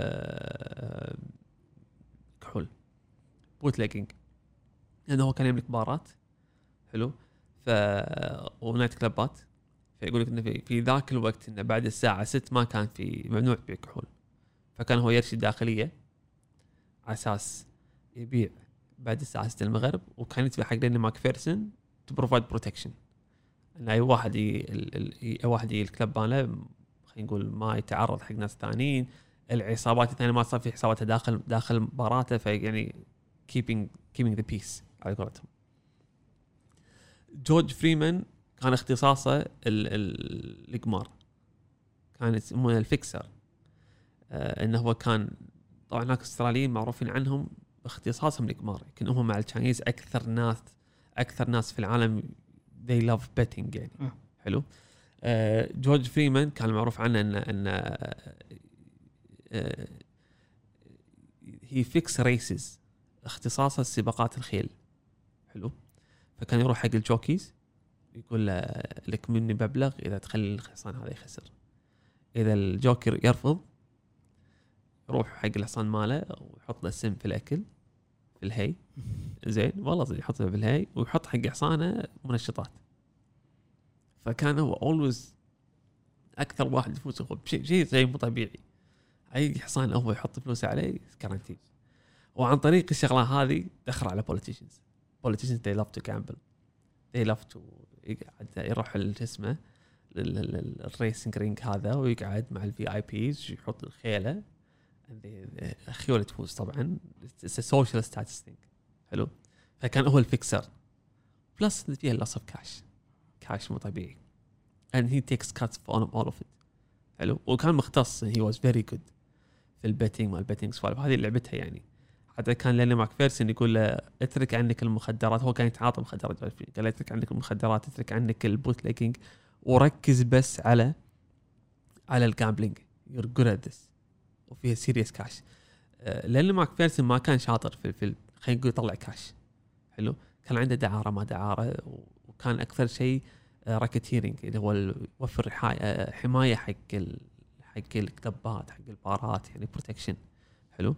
الكحول بوت ليجينج لانه هو كان يملك بارات. حلو. ف ونايت كلابات فيقول لك انه في, في ذاك الوقت انه بعد الساعه ستة ما كان في ممنوع بيع كحول فكان هو يرشي داخليه على اساس يبيع بعد الساعه ستة المغرب وكان يدفع حق لين ماكفيرسون تو بروفايد بروتكشن ان اي واحد ي... اي واحد ي الكلب ماله خلينا نقول ما يتعرض حق ناس ثانيين. العصابات الثانيه ما تصير في حساباتها داخل داخل مباراته فيعني keeping keeping the peace على قولتهم. جورج فريمان كان اختصاصه القمار كان يسمونه الفيكسر. آه انه هو كان طبعا هناك استراليين معروفين عنهم باختصاصهم القمار يمكن هم مع التشاينيز اكثر ناس اكثر ناس في العالم they love betting يعني. م. حلو. آه جورج فريمان كان معروف عنه ان ان آه هي فيكس ريسز اختصاصه سباقات الخيل. حلو. فكان يروح حق الجوكيز يقول له لك مني مبلغ اذا تخلي الحصان هذا يخسر. اذا الجوكر يرفض يروح حق الحصان ماله ويحط له سم في الاكل في الهي. زين والله يحط له في الهي ويحط حق حصانه منشطات. فكان هو always اكثر واحد يفوز هو بشيء شيء زي مو طبيعي. اي حصان هو يحط فلوسه عليه كارانتي. وعن طريق الشغله هذه دخل على politicians. politicians they love to gamble. they love to يقعد يروح اسمه الريسنج رينج هذا ويقعد مع الفي اي بيز يحط الخيله خيوله تفوز طبعا it's a social status thing. حلو. فكان هو الفيكسر بلس فيها loss of cash كاش مو طبيعي and he takes cuts for all of it. حلو. وكان مختص he was very good في البيتنج مال البيتنج سوالف هذه لعبتها يعني. حتى كان لين ماك فيرسون يقول له اترك عنك المخدرات هو كان يتعاطى مخدرات قال اترك عنك المخدرات اترك عنك البوت ليكينج وركز بس على على الجامبلينج you're good at this وفيها سيريس كاش. أه لان ماك فيرسون ما كان شاطر في في خلينا نقول يطلع كاش. حلو. كان عنده دعاره ما دعاره وكان اكثر شيء راكيتيرينج اللي هو يوفر حمايه حق ال حق الكلبات حق البارات يعني بروتكشن. حلو.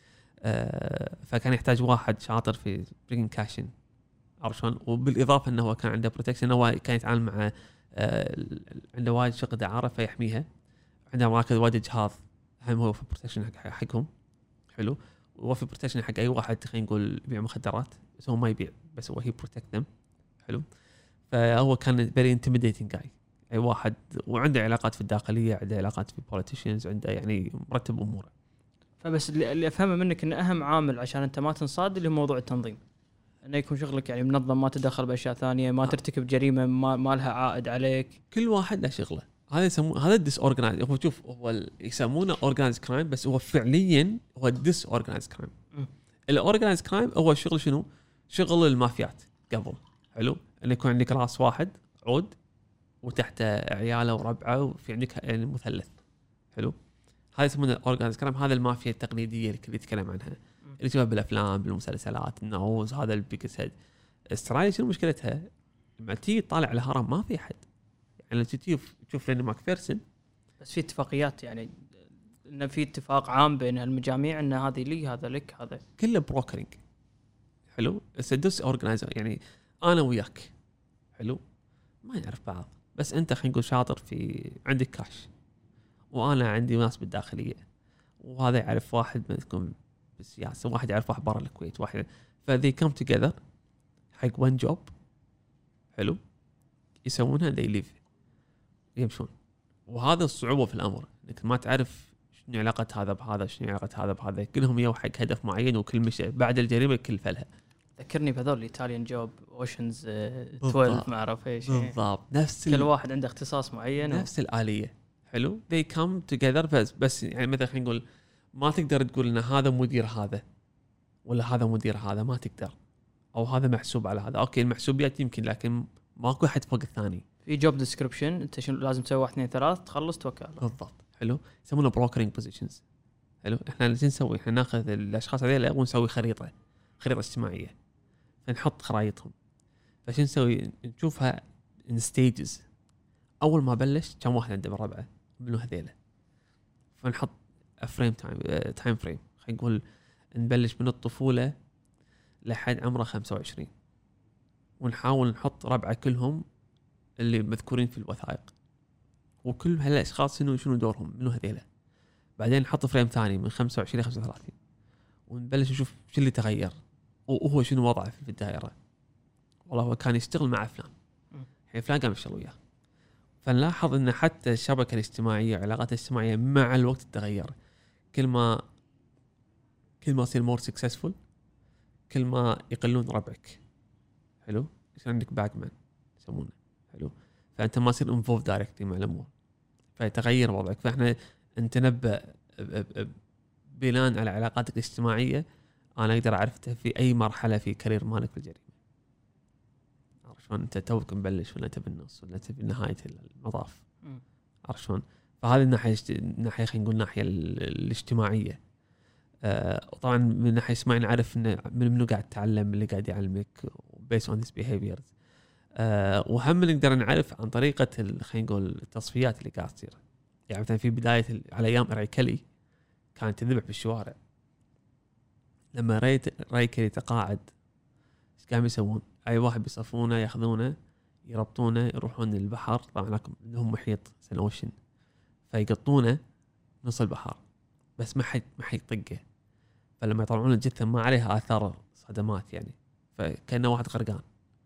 آه فكان يحتاج واحد شاطر في برينج كاشن عرفان. وبالاضافه انه هو كان عنده بروتكشن هو كان يتعامل مع آه عنده وايد شغل دعاره فيحميها. عنده مراكز وايد اجهاض هم هو في بروتكشن حق حقهم. حلو. وهو في بروتكشن حق اي واحد خلينا نقول يبيع مخدرات بس هو ما يبيع بس هو هي بروتكت ذم. حلو. فهو كان very intimidating guy اي واحد وعنده علاقات في الداخليه عنده علاقات في politicians عنده يعني مرتب اموره. فبس اللي افهمه منك ان اهم عامل عشان انت ما تنصاد اللي هو موضوع التنظيم انه يكون شغلك يعني منظم ما تدخل باشياء ثانيه ما آه. ترتكب جريمه ما, ما لها عائد عليك. كل واحد له شغله. هذا يسمونه هذا الديس اورجنايز هو شوف هو يسمونه اورجنايز كرايم بس هو فعليا هو ديس اورجنايز كرايم الاورجنايز كرايم هو شغل شنو؟ شغل المافيات قبل. حلو، ان يكون عندك راس واحد عود وتحته عياله وربعه وفي عندك يعني مثلث. حلو، هاي يسمونه الاورجنايز كرايم. هذا المافيا التقليديه اللي كل يتكلم عنها اللي تشوفها بالافلام بالمسلسلات، الناوز هذا البيكس هيد. استراليا شنو مشكلتها؟ لما تيجي تطالع على الهرم ما في احد، يعني لما تشوف تشوف لين ماك فيرسون بس في اتفاقيات، يعني ان في اتفاق عام بين المجاميع ان هذه لي هذا لك هذا كله بروكرينج. حلو، السدوس اورجنايزر يعني انا وياك حلو ما نعرف بعض، بس انت خلينا نقول شاطر في عندك كاش وانا عندي ناس بالداخليه، وهذا يعرف واحد منكم بالسياسه، واحد يعرف واحد برا الكويت، واحد فذي كم توجذر حق وان جوب. حلو، يسوونها ذي ليف يمشون. وهذا الصعوبه في الامر انك ما تعرف شنو علاقه هذا بهذا، شنو علاقه هذا بهذا، كلهم يو حق هدف معين وكل مشى بعد الجريمه الكل فلها. ذكرني بهذول ايطاليان جوب اوشنز اثناشر ما اعرف ايش بالضبط نفس كل واحد عنده اختصاص معين نفس و... الآلية. حلو، they come together بس بس يعني مثلا خلينا نقول ما تقدر تقول ان هذا مدير هذا ولا هذا مدير هذا، ما تقدر، او هذا محسوب على هذا. اوكي المحسوبيات يمكن، لكن ماكو احد فوق الثاني. في جوب ديسكريبشن انت شنو لازم تسوي واحد اثنين ثلاث تخلص توكل. بالضبط. حلو، يسمونه بروكرينج بوزيشنز. حلو، احنا اللي نسوي احنا ناخذ الاشخاص هذول ونسوي خريطه خريطه اجتماعيه، فنحط خرائطهم. فشو نسوي؟ نشوفها in stages. اول ما بلش كم واحد عنده بالربعه منو هذيله، فنحط فريم تايم تايم فريم. خلينا نقول نبلش من الطفوله لحد عمره خمسة وعشرين، ونحاول نحط ربعه كلهم اللي مذكورين في الوثائق، وكل هالاشخاص شنو شنو دورهم منو هذيله. بعدين نحط فريم ثاني من خمسة وعشرين ل خمسة وثلاثين، ونبلش نشوف شو اللي تغير وهو شنو وضعه في الدائره. والله هو كان يشتغل مع فلان، الحين فلان قام يشتغل وياه. فنلاحظ ان حتى الشبكه الاجتماعيه والعلاقات الاجتماعيه مع الوقت تتغير. كل ما كل ما يصير مور سكسسفول كل ما يقلون ربعك. حلو، يصير عندك باكمان يسمونه. حلو، فانت ما تصير انفولف دايركتلي مع الامور، فيتغير وضعك. فاحنا نتنبأ بناء على علاقاتك الاجتماعيه انا اقدر اعرفته في اي مرحله في كارير مالك في الجريمه. عرفت شلون؟ انت توك مبلش ولا انت بالنص ولا انت بنهايه المطاف. عرفت شلون؟ فهذه الناحيه الناحيه خلينا نقول الناحيه الاجتماعيه. آه طبعا من الناحيه الاجتماعيه نعرف ان من منو قاعد تتعلم، اللي قاعد يعلمك based on his behaviors. آه وهم نقدر نعرف عن طريقه خلينا نقول التصفيات اللي قاعد تصير. يعني مثلا في بدايه على ايام راي كلي كانت تذبح بالشوارع. لما ريت راي كلي تقاعد ايش قاموا يسوون؟ اي واحد بيصفونه ياخذونه يربطونه يروحون للبحر. طبعا لهم محيط سنوشن، فيقطونه نص البحر بس ما حد ما حد يطقه. فلما يطلعون الجثه ما عليها اثار صدمات يعني، فكانه واحد غرقان.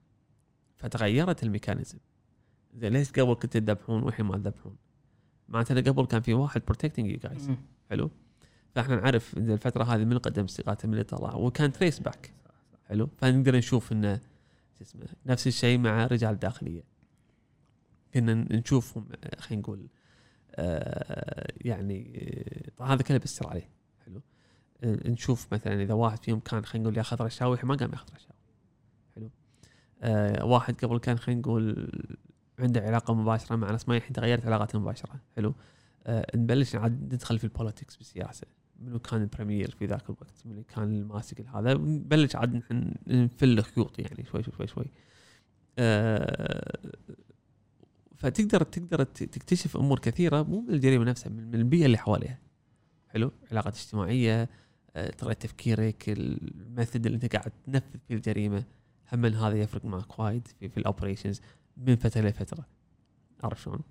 فتغيرت الميكانيزم. زي ليش قبل كنت تذبحون والحين ما تذبحون؟ معناته قبل كان في واحد protecting you guys. حلو، فاحنا نعرف ان الفتره هذه من قدم استقاته من اللي طلع وكان تريس باك. حلو، فنقدر نشوف انه اسمه نفس الشيء مع رجال الداخليه. كنا نشوفهم خلينا نقول آه يعني طبعا هذا كله باستراليا. حلو، آه نشوف مثلا اذا واحد فيهم كان خلينا نقول ياخذ رشاوي ما قام ياخذ رشاوي. حلو، آه واحد قبل كان خلينا نقول عنده علاقه مباشره مع ناس، ما الحين تغيرت علاقاته مباشره. حلو، آه نبلش عاد ندخل في البوليتكس بالسياسه، منو كان البريمير في ذاك الوقت، منو كان الماسك هذا، نبلش عاد نفل خيوط يعني شوي شوي شوي. أه فتقدر تقدر تكتشف امور كثيره مو من الجريمه نفسها، من البيئه اللي حواليها. حلو، علاقات اجتماعيه، أه طريقه تفكيرك، الميثود اللي انت قاعد تنفذ فيه الجريمه، هم من هذا يفرق معك وايد في في الاوبريشنز من فتره لفتره. عارف شلون؟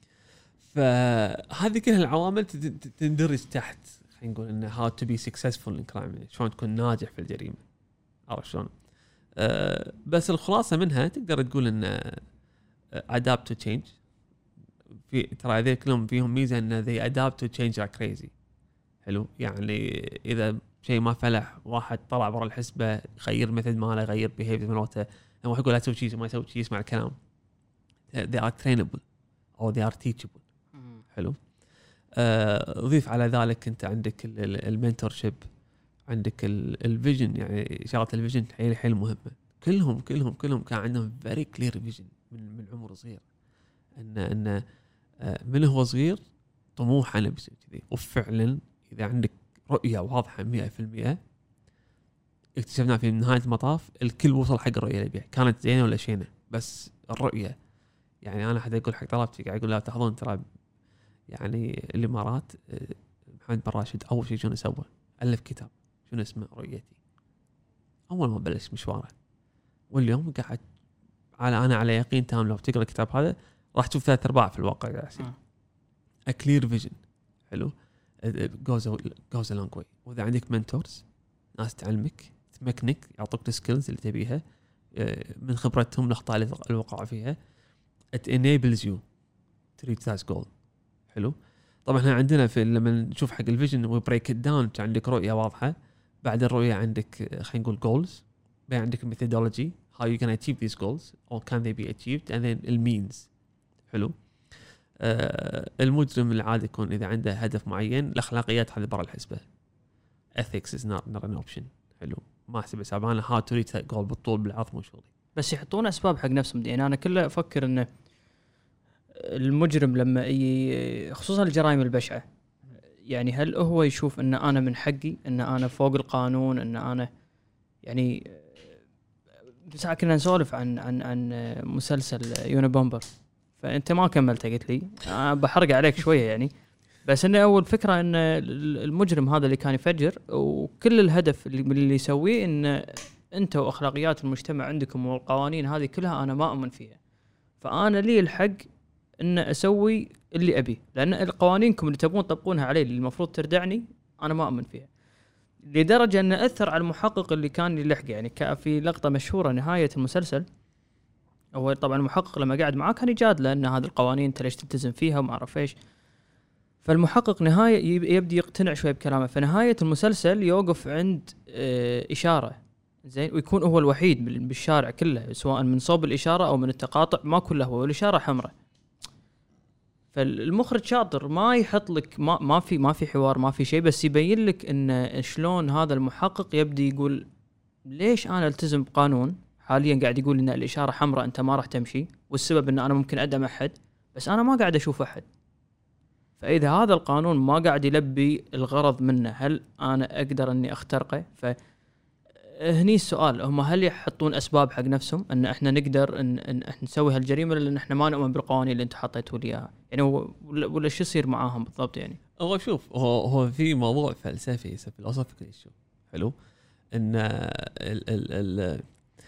فهذه كلها العوامل تندرج تحت خلينا نقول انه how to be successful in crime، شلون تكون ناجح في الجريمه. عرفت شلون؟ أه بس الخلاصه منها تقدر تقول ان adapt to change. في ترى هذول كلهم فيهم ميزه ان they adapt to change like crazy. حلو، يعني اذا شيء ما فلح واحد طلع برا الحسبه يغير مثل ماله يغير behavior مالته، لما يقول لا تسوي شيء ما يسوي شيء يسمع الكلام. they are trainable او they are teachable. حلو، أه ضيف على ذلك انت عندك المنتورشيب، عندك الفيجن، يعني شغله الفيجن حيل حيل مهمه. كلهم كلهم كلهم كان عندهم فيري كلير فيجن من من عمر صغير، ان ان من هو صغير طموح انا بيصير كذي. وفعلا اذا عندك رؤيه واضحه مئة بالمئة، اكتشفنا في نهايه المطاف الكل وصل حق الرؤيه اللي بيها، كانت زينه ولا شينه، بس الرؤيه. يعني انا حدا يقول حق طلبتي قاعد يقول لا تحضرون ترى يعني الامارات، محمد بن راشد اول شيء شنو سوى؟ الف كتاب شنو اسمه رؤيتي، اول ما بلش مشواره. واليوم قاعد على انا على يقين تام لو تقرا الكتاب هذا راح تشوف ثلاث ارباع في الواقع قاعد يصير. a clear vision حلو goes a, goes a long way. واذا عندك منتورز، ناس تعلمك تمكنك يعطوك السكيلز اللي تبيها من خبرتهم، الاخطاء اللي الوقع فيها، it enables you to reach that goal. حلو. طبعا احنا عندنا في لما نشوف حق الفيجن وبريك ات داون، عندك رؤيه واضحه، بعد الرؤيه عندك خلينا نقول جولز، بعد عندك methodology how you can achieve these goals or can they be achieved, and then the means. حلو. آه المجرم العادي يكون اذا عنده هدف معين، الاخلاقيات هذه برا الحسبه. ethics is not, not an option. حلو. ما احسب حساب انا how to reach that goal بالطول بالعرض مو شغلي. بس يحطون اسباب حق نفسهم. يعني انا كله افكر انه المجرم لما ي... خصوصا الجرائم البشعه، يعني هل هو يشوف ان انا من حقي، ان انا فوق القانون، ان انا يعني ساعة كنا نسولف عن عن عن مسلسل يونا بومبر، فانت ما كملت قلت لي أه بحرق عليك شويه يعني. بس انه اول فكره ان المجرم هذا اللي كان يفجر، وكل الهدف اللي من اللي يسويه ان انت واخلاقيات المجتمع عندكم والقوانين هذه كلها انا ما اؤمن فيها، فانا لي الحق ان اسوي اللي ابي، لان القوانينكم اللي تبون تطبقونها علي اللي المفروض تردعني انا ما اؤمن فيها. لدرجه ان اثر على المحقق اللي كان يلحق. يعني في لقطه مشهوره نهايه المسلسل، هو طبعا المحقق لما قاعد معاه كان يجادله ان هذه القوانين انت ليش تلتزم فيها وما اعرف ايش. فالمحقق نهايه يبدي يقتنع شوي بكلامه، فنهايه المسلسل يوقف عند اشاره زين، ويكون هو الوحيد بالشارع كله سواء من صوب الاشاره او من التقاطع، ما كله هو والاشاره حمراء. فالمخرج شاطر ما يحط لك ما ما في ما في حوار ما في شيء، بس يبين لك ان شلون هذا المحقق يبدي يقول ليش انا التزم بقانون حاليا قاعد يقول ان الاشاره حمراء انت ما راح تمشي، والسبب ان انا ممكن ادعم احد بس انا ما قاعد اشوف احد. فاذا هذا القانون ما قاعد يلبي الغرض منه، هل انا اقدر اني اخترقه؟ فهني السؤال، هم هل يحطون اسباب حق نفسهم ان احنا نقدر ان, إن احنا نسوي هالجريمه لان احنا ما نؤمن بالقوانين اللي انت حطيتوا لي اياها؟ يعني ولا شو يصير معاهم بالضبط؟ يعني هو شوف، هو هو في موضوع فلسفي فلسفي شو حلو ان ال ال ال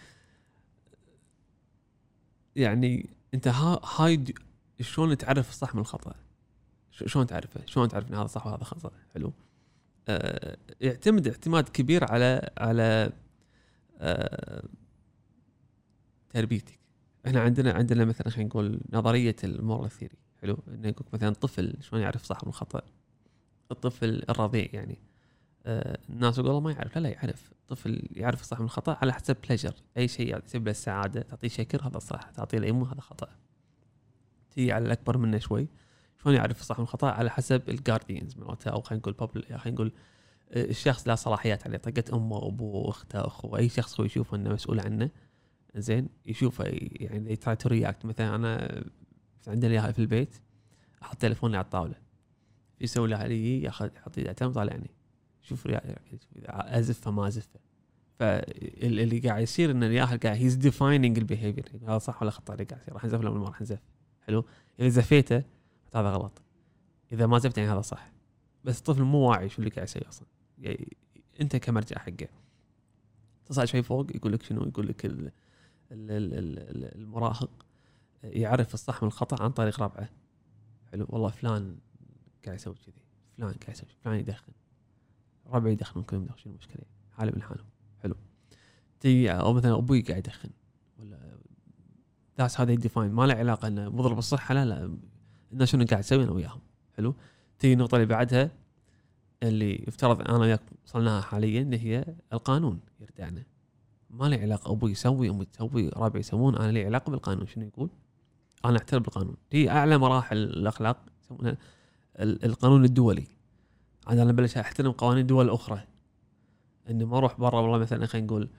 يعني انت هاي شلون تعرف الصح من الخطأ؟ شلون تعرفه؟ شلون تعرف ان هذا صح وهذا خطأ؟ حلو. اه يعتمد اعتماد كبير على على اه تربيتك. احنا عندنا عندنا مثلا خلينا نقول نظريه المورال ثيوري. حلو. انه يقول مثلا طفل شلون يعرف صح من الخطأ؟ الطفل الرضيع يعني اه الناس يقولوا ما يعرف، لا لا يعرف. الطفل يعرف الصح من الخطأ على حسب بليجر، اي شيء يسبب له السعاده تعطيه شكر هذا صح، تعطيه الايمو هذا خطأ. تيجي على الاكبر منه شوي شلون يعرف الصح من الخطأ؟ على حسب الجارديانز مالته، او خلينا نقول بابل، خلينا نقول الشخص له صلاحيات عليه، طقت امه وابوه واخته اخوه، اي شخص هو يشوفه انه مسؤول عنه زين يشوفه يعني تراي تو رياكت. مثلا انا عندنا اياها في البيت، احط تليفوني على الطاوله، يسوي له علي ياخذ يحط يده طالعني شوف ازفه ما ازفه. فاللي قاعد يصير ان الياهل قاعد هيز ديفايننج البيهيفير، هذا صح ولا خطا اللي قاعد يصير، راح نزف ولا ما راح نزف. حلو. اذا زفيته هذا غلط، اذا ما زفت يعني هذا صح. بس الطفل مو واعي شو اللي قاعد يسوي اصلا. يعني انت كمرجع حقه تصعد شوي فوق يقول لك شنو، يقول لك ال ال ال المراهق يعرف الصح من الخطا عن طريق ربعه. حلو. والله فلان قاعد يسوي كذي، فلان قاعد يسوي، فلان يدخن، ربعي يدخن، كلهم يدخن، شنو المشكله؟ حاله من حالهم. حلو. تي او مثلا ابوي قاعد يدخن ولا داس، هذا يديفاين ما له علاقه انه مضر بالصحه، لا لا الناس شنو قاعد تسوي انا وياهم. حلو. تي النقطه اللي بعدها اللي يفترض انا وياك وصلناها حاليا اللي هي القانون يردعنا، ما له علاقه ابوي يسوي امي تسوي ربعي يسوون، انا لي علاقه بالقانون. شنو يقول؟ انا اعترف بالقانون. هي اعلى مراحل الاخلاق يسمونها القانون الدولي. انا بلش احترم قوانين الدول الاخرى. اني ما اروح برا. والله مثلا خلينا نقول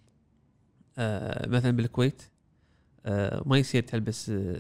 آه مثلا بالكويت آه ما يصير تلبس آه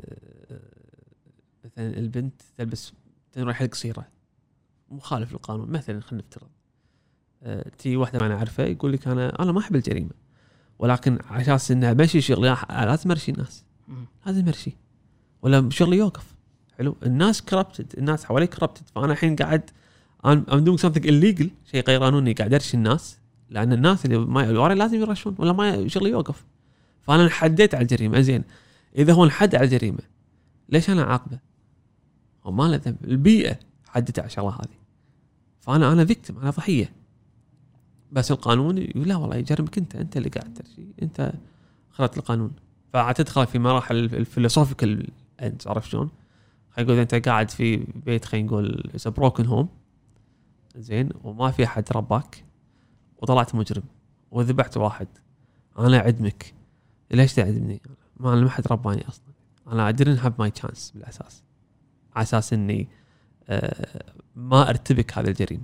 مثلا البنت تلبس تنروح حلق قصيره مخالف للقانون مثلا. خلينا نفترض آه تي واحده ما انا عارفه يقول لك انا انا ما احب الجريمه، ولكن عشان انها ماشي شغلي لازم ارشي الناس، لازم ارشي ولا شغلي يوقف. حلو. الناس كربتد، الناس حوالي كربتد، فانا الحين قاعد I'm doing something illegal، شيء غير قانوني، قاعد ارشي الناس لان الناس اللي ما ورا لازم يرشون ولا ما شغلي يوقف. فانا حديت على الجريمه. زين اذا هو انحد على الجريمه ليش انا عاقبه؟ هو ما له ذنب، البيئه حدت على الشغله هذه، فانا انا فيكتيم، انا ضحيه. بس القانون يقول لا والله يجرمك انت، انت اللي قاعد ترشي، انت خرجت القانون. فعتدخل في مراحل الفلسفيكال انت عارف شلون. خلينا نقول انت قاعد في بيت خلينا نقول از بروكن هوم زين وما في احد رباك وطلعت مجرم وذبحت واحد، انا اعدمك. ليش تعدمني؟ ما ما حد رباني اصلا، انا I didn't have my chance بالاساس، على اساس اني آه ما ارتبك هذا الجريمه.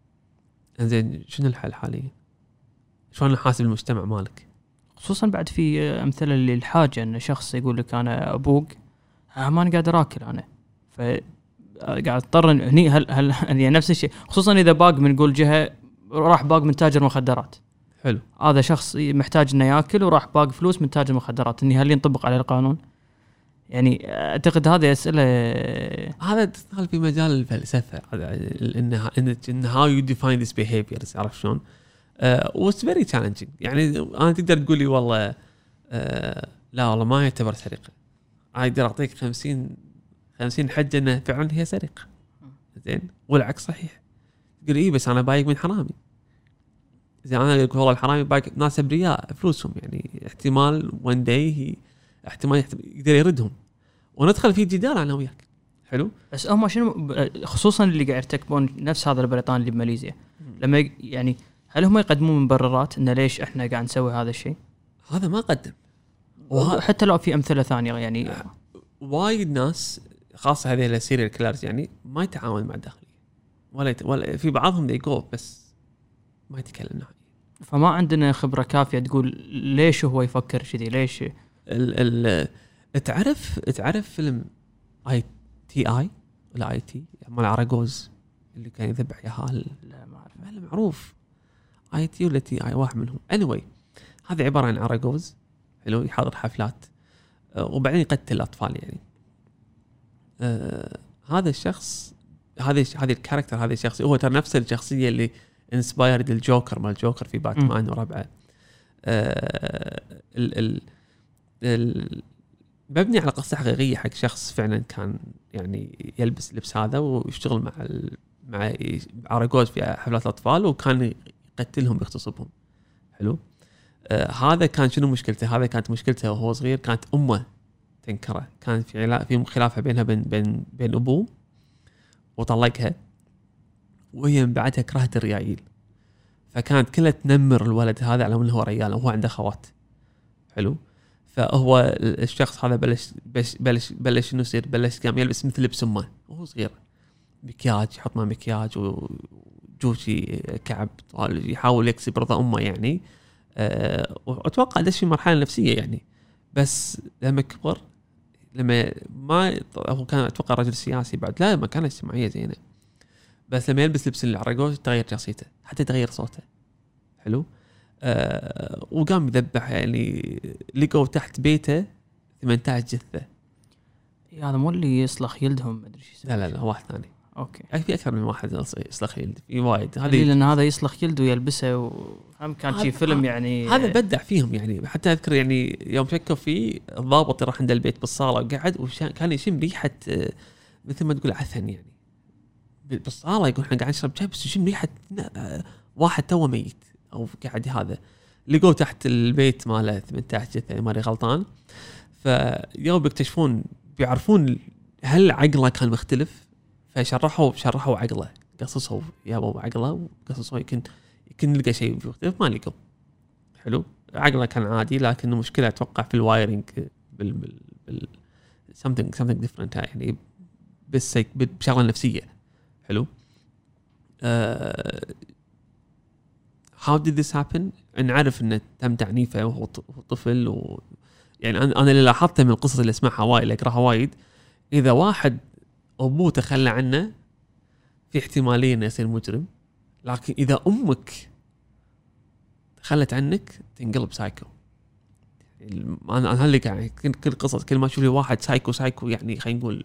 زين شنو الحل حاليا؟ شلون نحاسب المجتمع مالك؟ خصوصا بعد في امثله للحاجه ان شخص يقول لك انا ابوك ما قادر اكل انا، ف قاعد اضطر هني هل هل يعني نفس الشيء. خصوصا اذا باق من نقول جهه راح باق من تاجر مخدرات. حلو. هذا شخص محتاج انه ياكل وراح باق فلوس من تاجر مخدرات، اني هل ينطبق عليه القانون؟ يعني اعتقد هذه اسئله. هذا تدخل في مجال الفلسفه، انه ان هاو يو ديفاين ذيس بيهيفيرز، عرفت شلون؟ واتس فيري تشالنجينج. يعني انا تقدر تقول لي والله uh, لا والله ما يعتبر سرقه، اقدر اعطيك خمسين خمسين حجه انه فعلا هي سرقه زين، والعكس صحيح. تقول ايه بس انا بايق من حرامي. زين انا اقول والله الحرامي بايق ناس ابرياء فلوسهم، يعني احتمال وان داي احتمال يقدر يردهم، وندخل في جدال انا وياك. حلو. بس هم شنو خصوصا اللي قاعد يرتكبون نفس هذا البريطاني اللي بماليزيا، لما يعني هل هم يقدمون مبررات ان ليش احنا قاعد نسوي هذا الشيء؟ هذا ما قدم. وحتى لو في امثله ثانيه يعني وايد ناس خاصه هذه السيريال كيلرز يعني ما يتعاون مع الداخليه ولا, يت... ولا في بعضهم يقول بس ما يتكلم نهائيا. فما عندنا خبره كافيه تقول ليش هو يفكر كذي. ليش ال ال تعرف تعرف فيلم اي تي اي ولا اي تي مال عراقوز اللي كان يذبح ياهال؟ لا ما اعرف. ما معروف اي تي ولا تي اي واحد منهم. anyway هذا عباره عن عراقوز حلو يحضر حفلات وبعدين يقتل الاطفال يعني. آه هذا الشخص هذا هذه الكاركتر هذا الشخص هو ترى نفس الشخصيه اللي انسبايرد الجوكر مال الجوكر في باتمان وربعه. آه ال ال ال مبني على قصه حقيقيه حق شخص فعلا كان يعني يلبس لبس هذا ويشتغل مع ال مع عراقوز في حفلات الاطفال وكان يقتلهم بيغتصبهم. حلو. آه هذا كان شنو مشكلته؟ هذا كانت مشكلته وهو صغير كانت امه تنكره، كان في علاقه في خلافه بينها بين بين بين ابوه وطلقها، وهي من بعدها كرهت الريايل، فكانت كلها تنمر الولد هذا على انه هو ريال وهو عنده خوات. حلو. فهو الشخص هذا بلش بلش بلش, بلش انه يصير بلش قام يلبس مثل لبس امه وهو صغير، مكياج يحط ما مكياج وجوشي كعب، يحاول يكسب رضا امه يعني. أه واتوقع دش في مرحله نفسيه يعني. بس لما كبر لما ما هو كان اتوقع رجل سياسي بعد، لا ما كان اجتماعيه زينه، بس لما يلبس لبس العراقوز تغير شخصيته حتى تغير صوته. حلو. أه وقام يذبح يعني لقوا تحت بيته ثمانية عشر جثه. هذا مو اللي يصلخ يلدهم ما ادري ايش. لا لا لا واحد ثاني. اوكي. في اكثر من واحد يصلخ يلد في وايد. هذه لان هذا يصلخ يلد ويلبسه وهم كان شيء فيلم يعني. هذا بدع فيهم يعني. حتى اذكر يعني يوم شكوا فيه الضابط راح عند البيت بالصاله وقعد وكان يشم ريحه مثل ما تقول عفن يعني بالصاله، يقول احنا قاعد نشرب شاي بس يشم ريحه واحد توه ميت او قاعد. هذا لقوا تحت البيت ماله ثمانية عشر جثه مالي غلطان. فيوم بيكتشفون بيعرفون هل عقله كان مختلف، فشرحوا شرحوا عقله، قصصوا يا ابو عقله وقصصوا يمكن يمكن نلقى شيء مختلف ما لقوا. حلو. عقله كان عادي لكن المشكله اتوقع في الوايرنج بال بال, بال something something different يعني بس بشغله نفسيه. حلو. آه how did this happen نعرف انه تم تعنيفه وهو طفل و... يعني انا اللي لاحظته من القصص اللي اسمعها وايد اللي اقراها وايد اذا واحد ابوه تخلى عنه في احتماليه انه يصير مجرم لكن اذا امك تخلت عنك تنقلب سايكو. انا انا اللي قاعد كل قصص كل ما اشوف لي واحد سايكو سايكو يعني خلينا نقول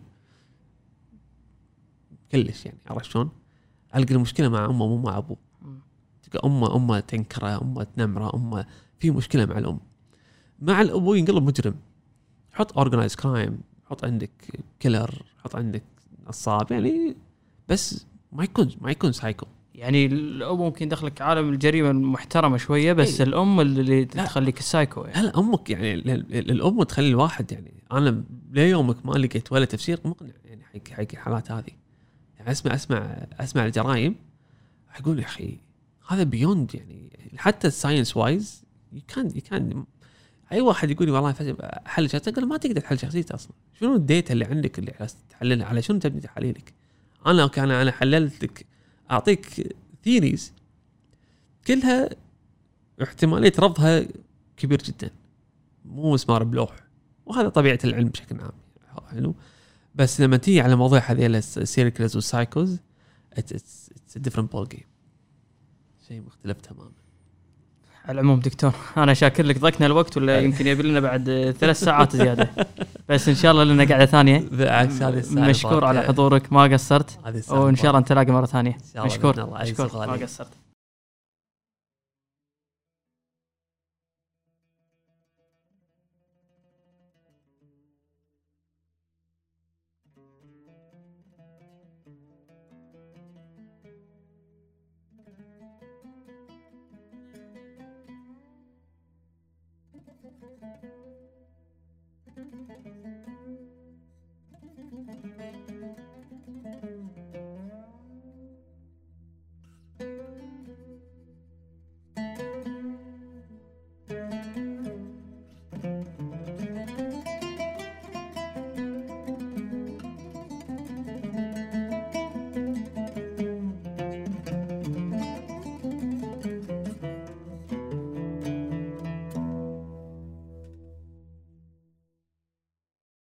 كلش يعني عرفت شلون القى المشكله مع امه مو مع ابوه. تلقى امه امه تنكره امه تنمره امه في مشكله مع الام مع الابو ينقلب مجرم. حط اورجنايز كرايم حط عندك كيلر حط عندك نصاب يعني بس ما يكون ما يكون سايكو. يعني الأب ممكن يدخلك عالم الجريمة المحترمة شوية بس أي. الأم اللي تخليك السايكو يعني. لا أمك يعني الأم تخلي الواحد يعني أنا ليومك ما لقيت ولا تفسير مقنع يعني حق حق الحالات هذه. يعني أسمع أسمع أسمع الجرائم أقول يا أخي هذا بيوند يعني حتى الساينس وايز يكان يكان أي واحد يقول لي والله حل شخصيته أقول ما تقدر تحل شخصيته أصلا. شنو الديتا اللي عندك اللي تحللها على شنو تبني تحليلك؟ أنا كان أنا حللت لك أعطيك ثيريز كلها احتمالية رفضها كبير جدا مو مسمار بلوح وهذا طبيعة العلم بشكل عام حلو. بس لما تيجي على موضوع هذيل السيريكلز والسايكوز it's a different ball game شيء مختلف تماما. على العموم دكتور أنا شاكر لك ضيقنا الوقت ولا يمكن يبي لنا بعد ثلاث ساعات زيادة بس إن شاء الله لنا قاعدة ثانية. بالعكس هذه مشكور على حضورك ما قصرت وإن شاء الله نتلاقى مرة ثانية. مشكور مشكور ما قصرت.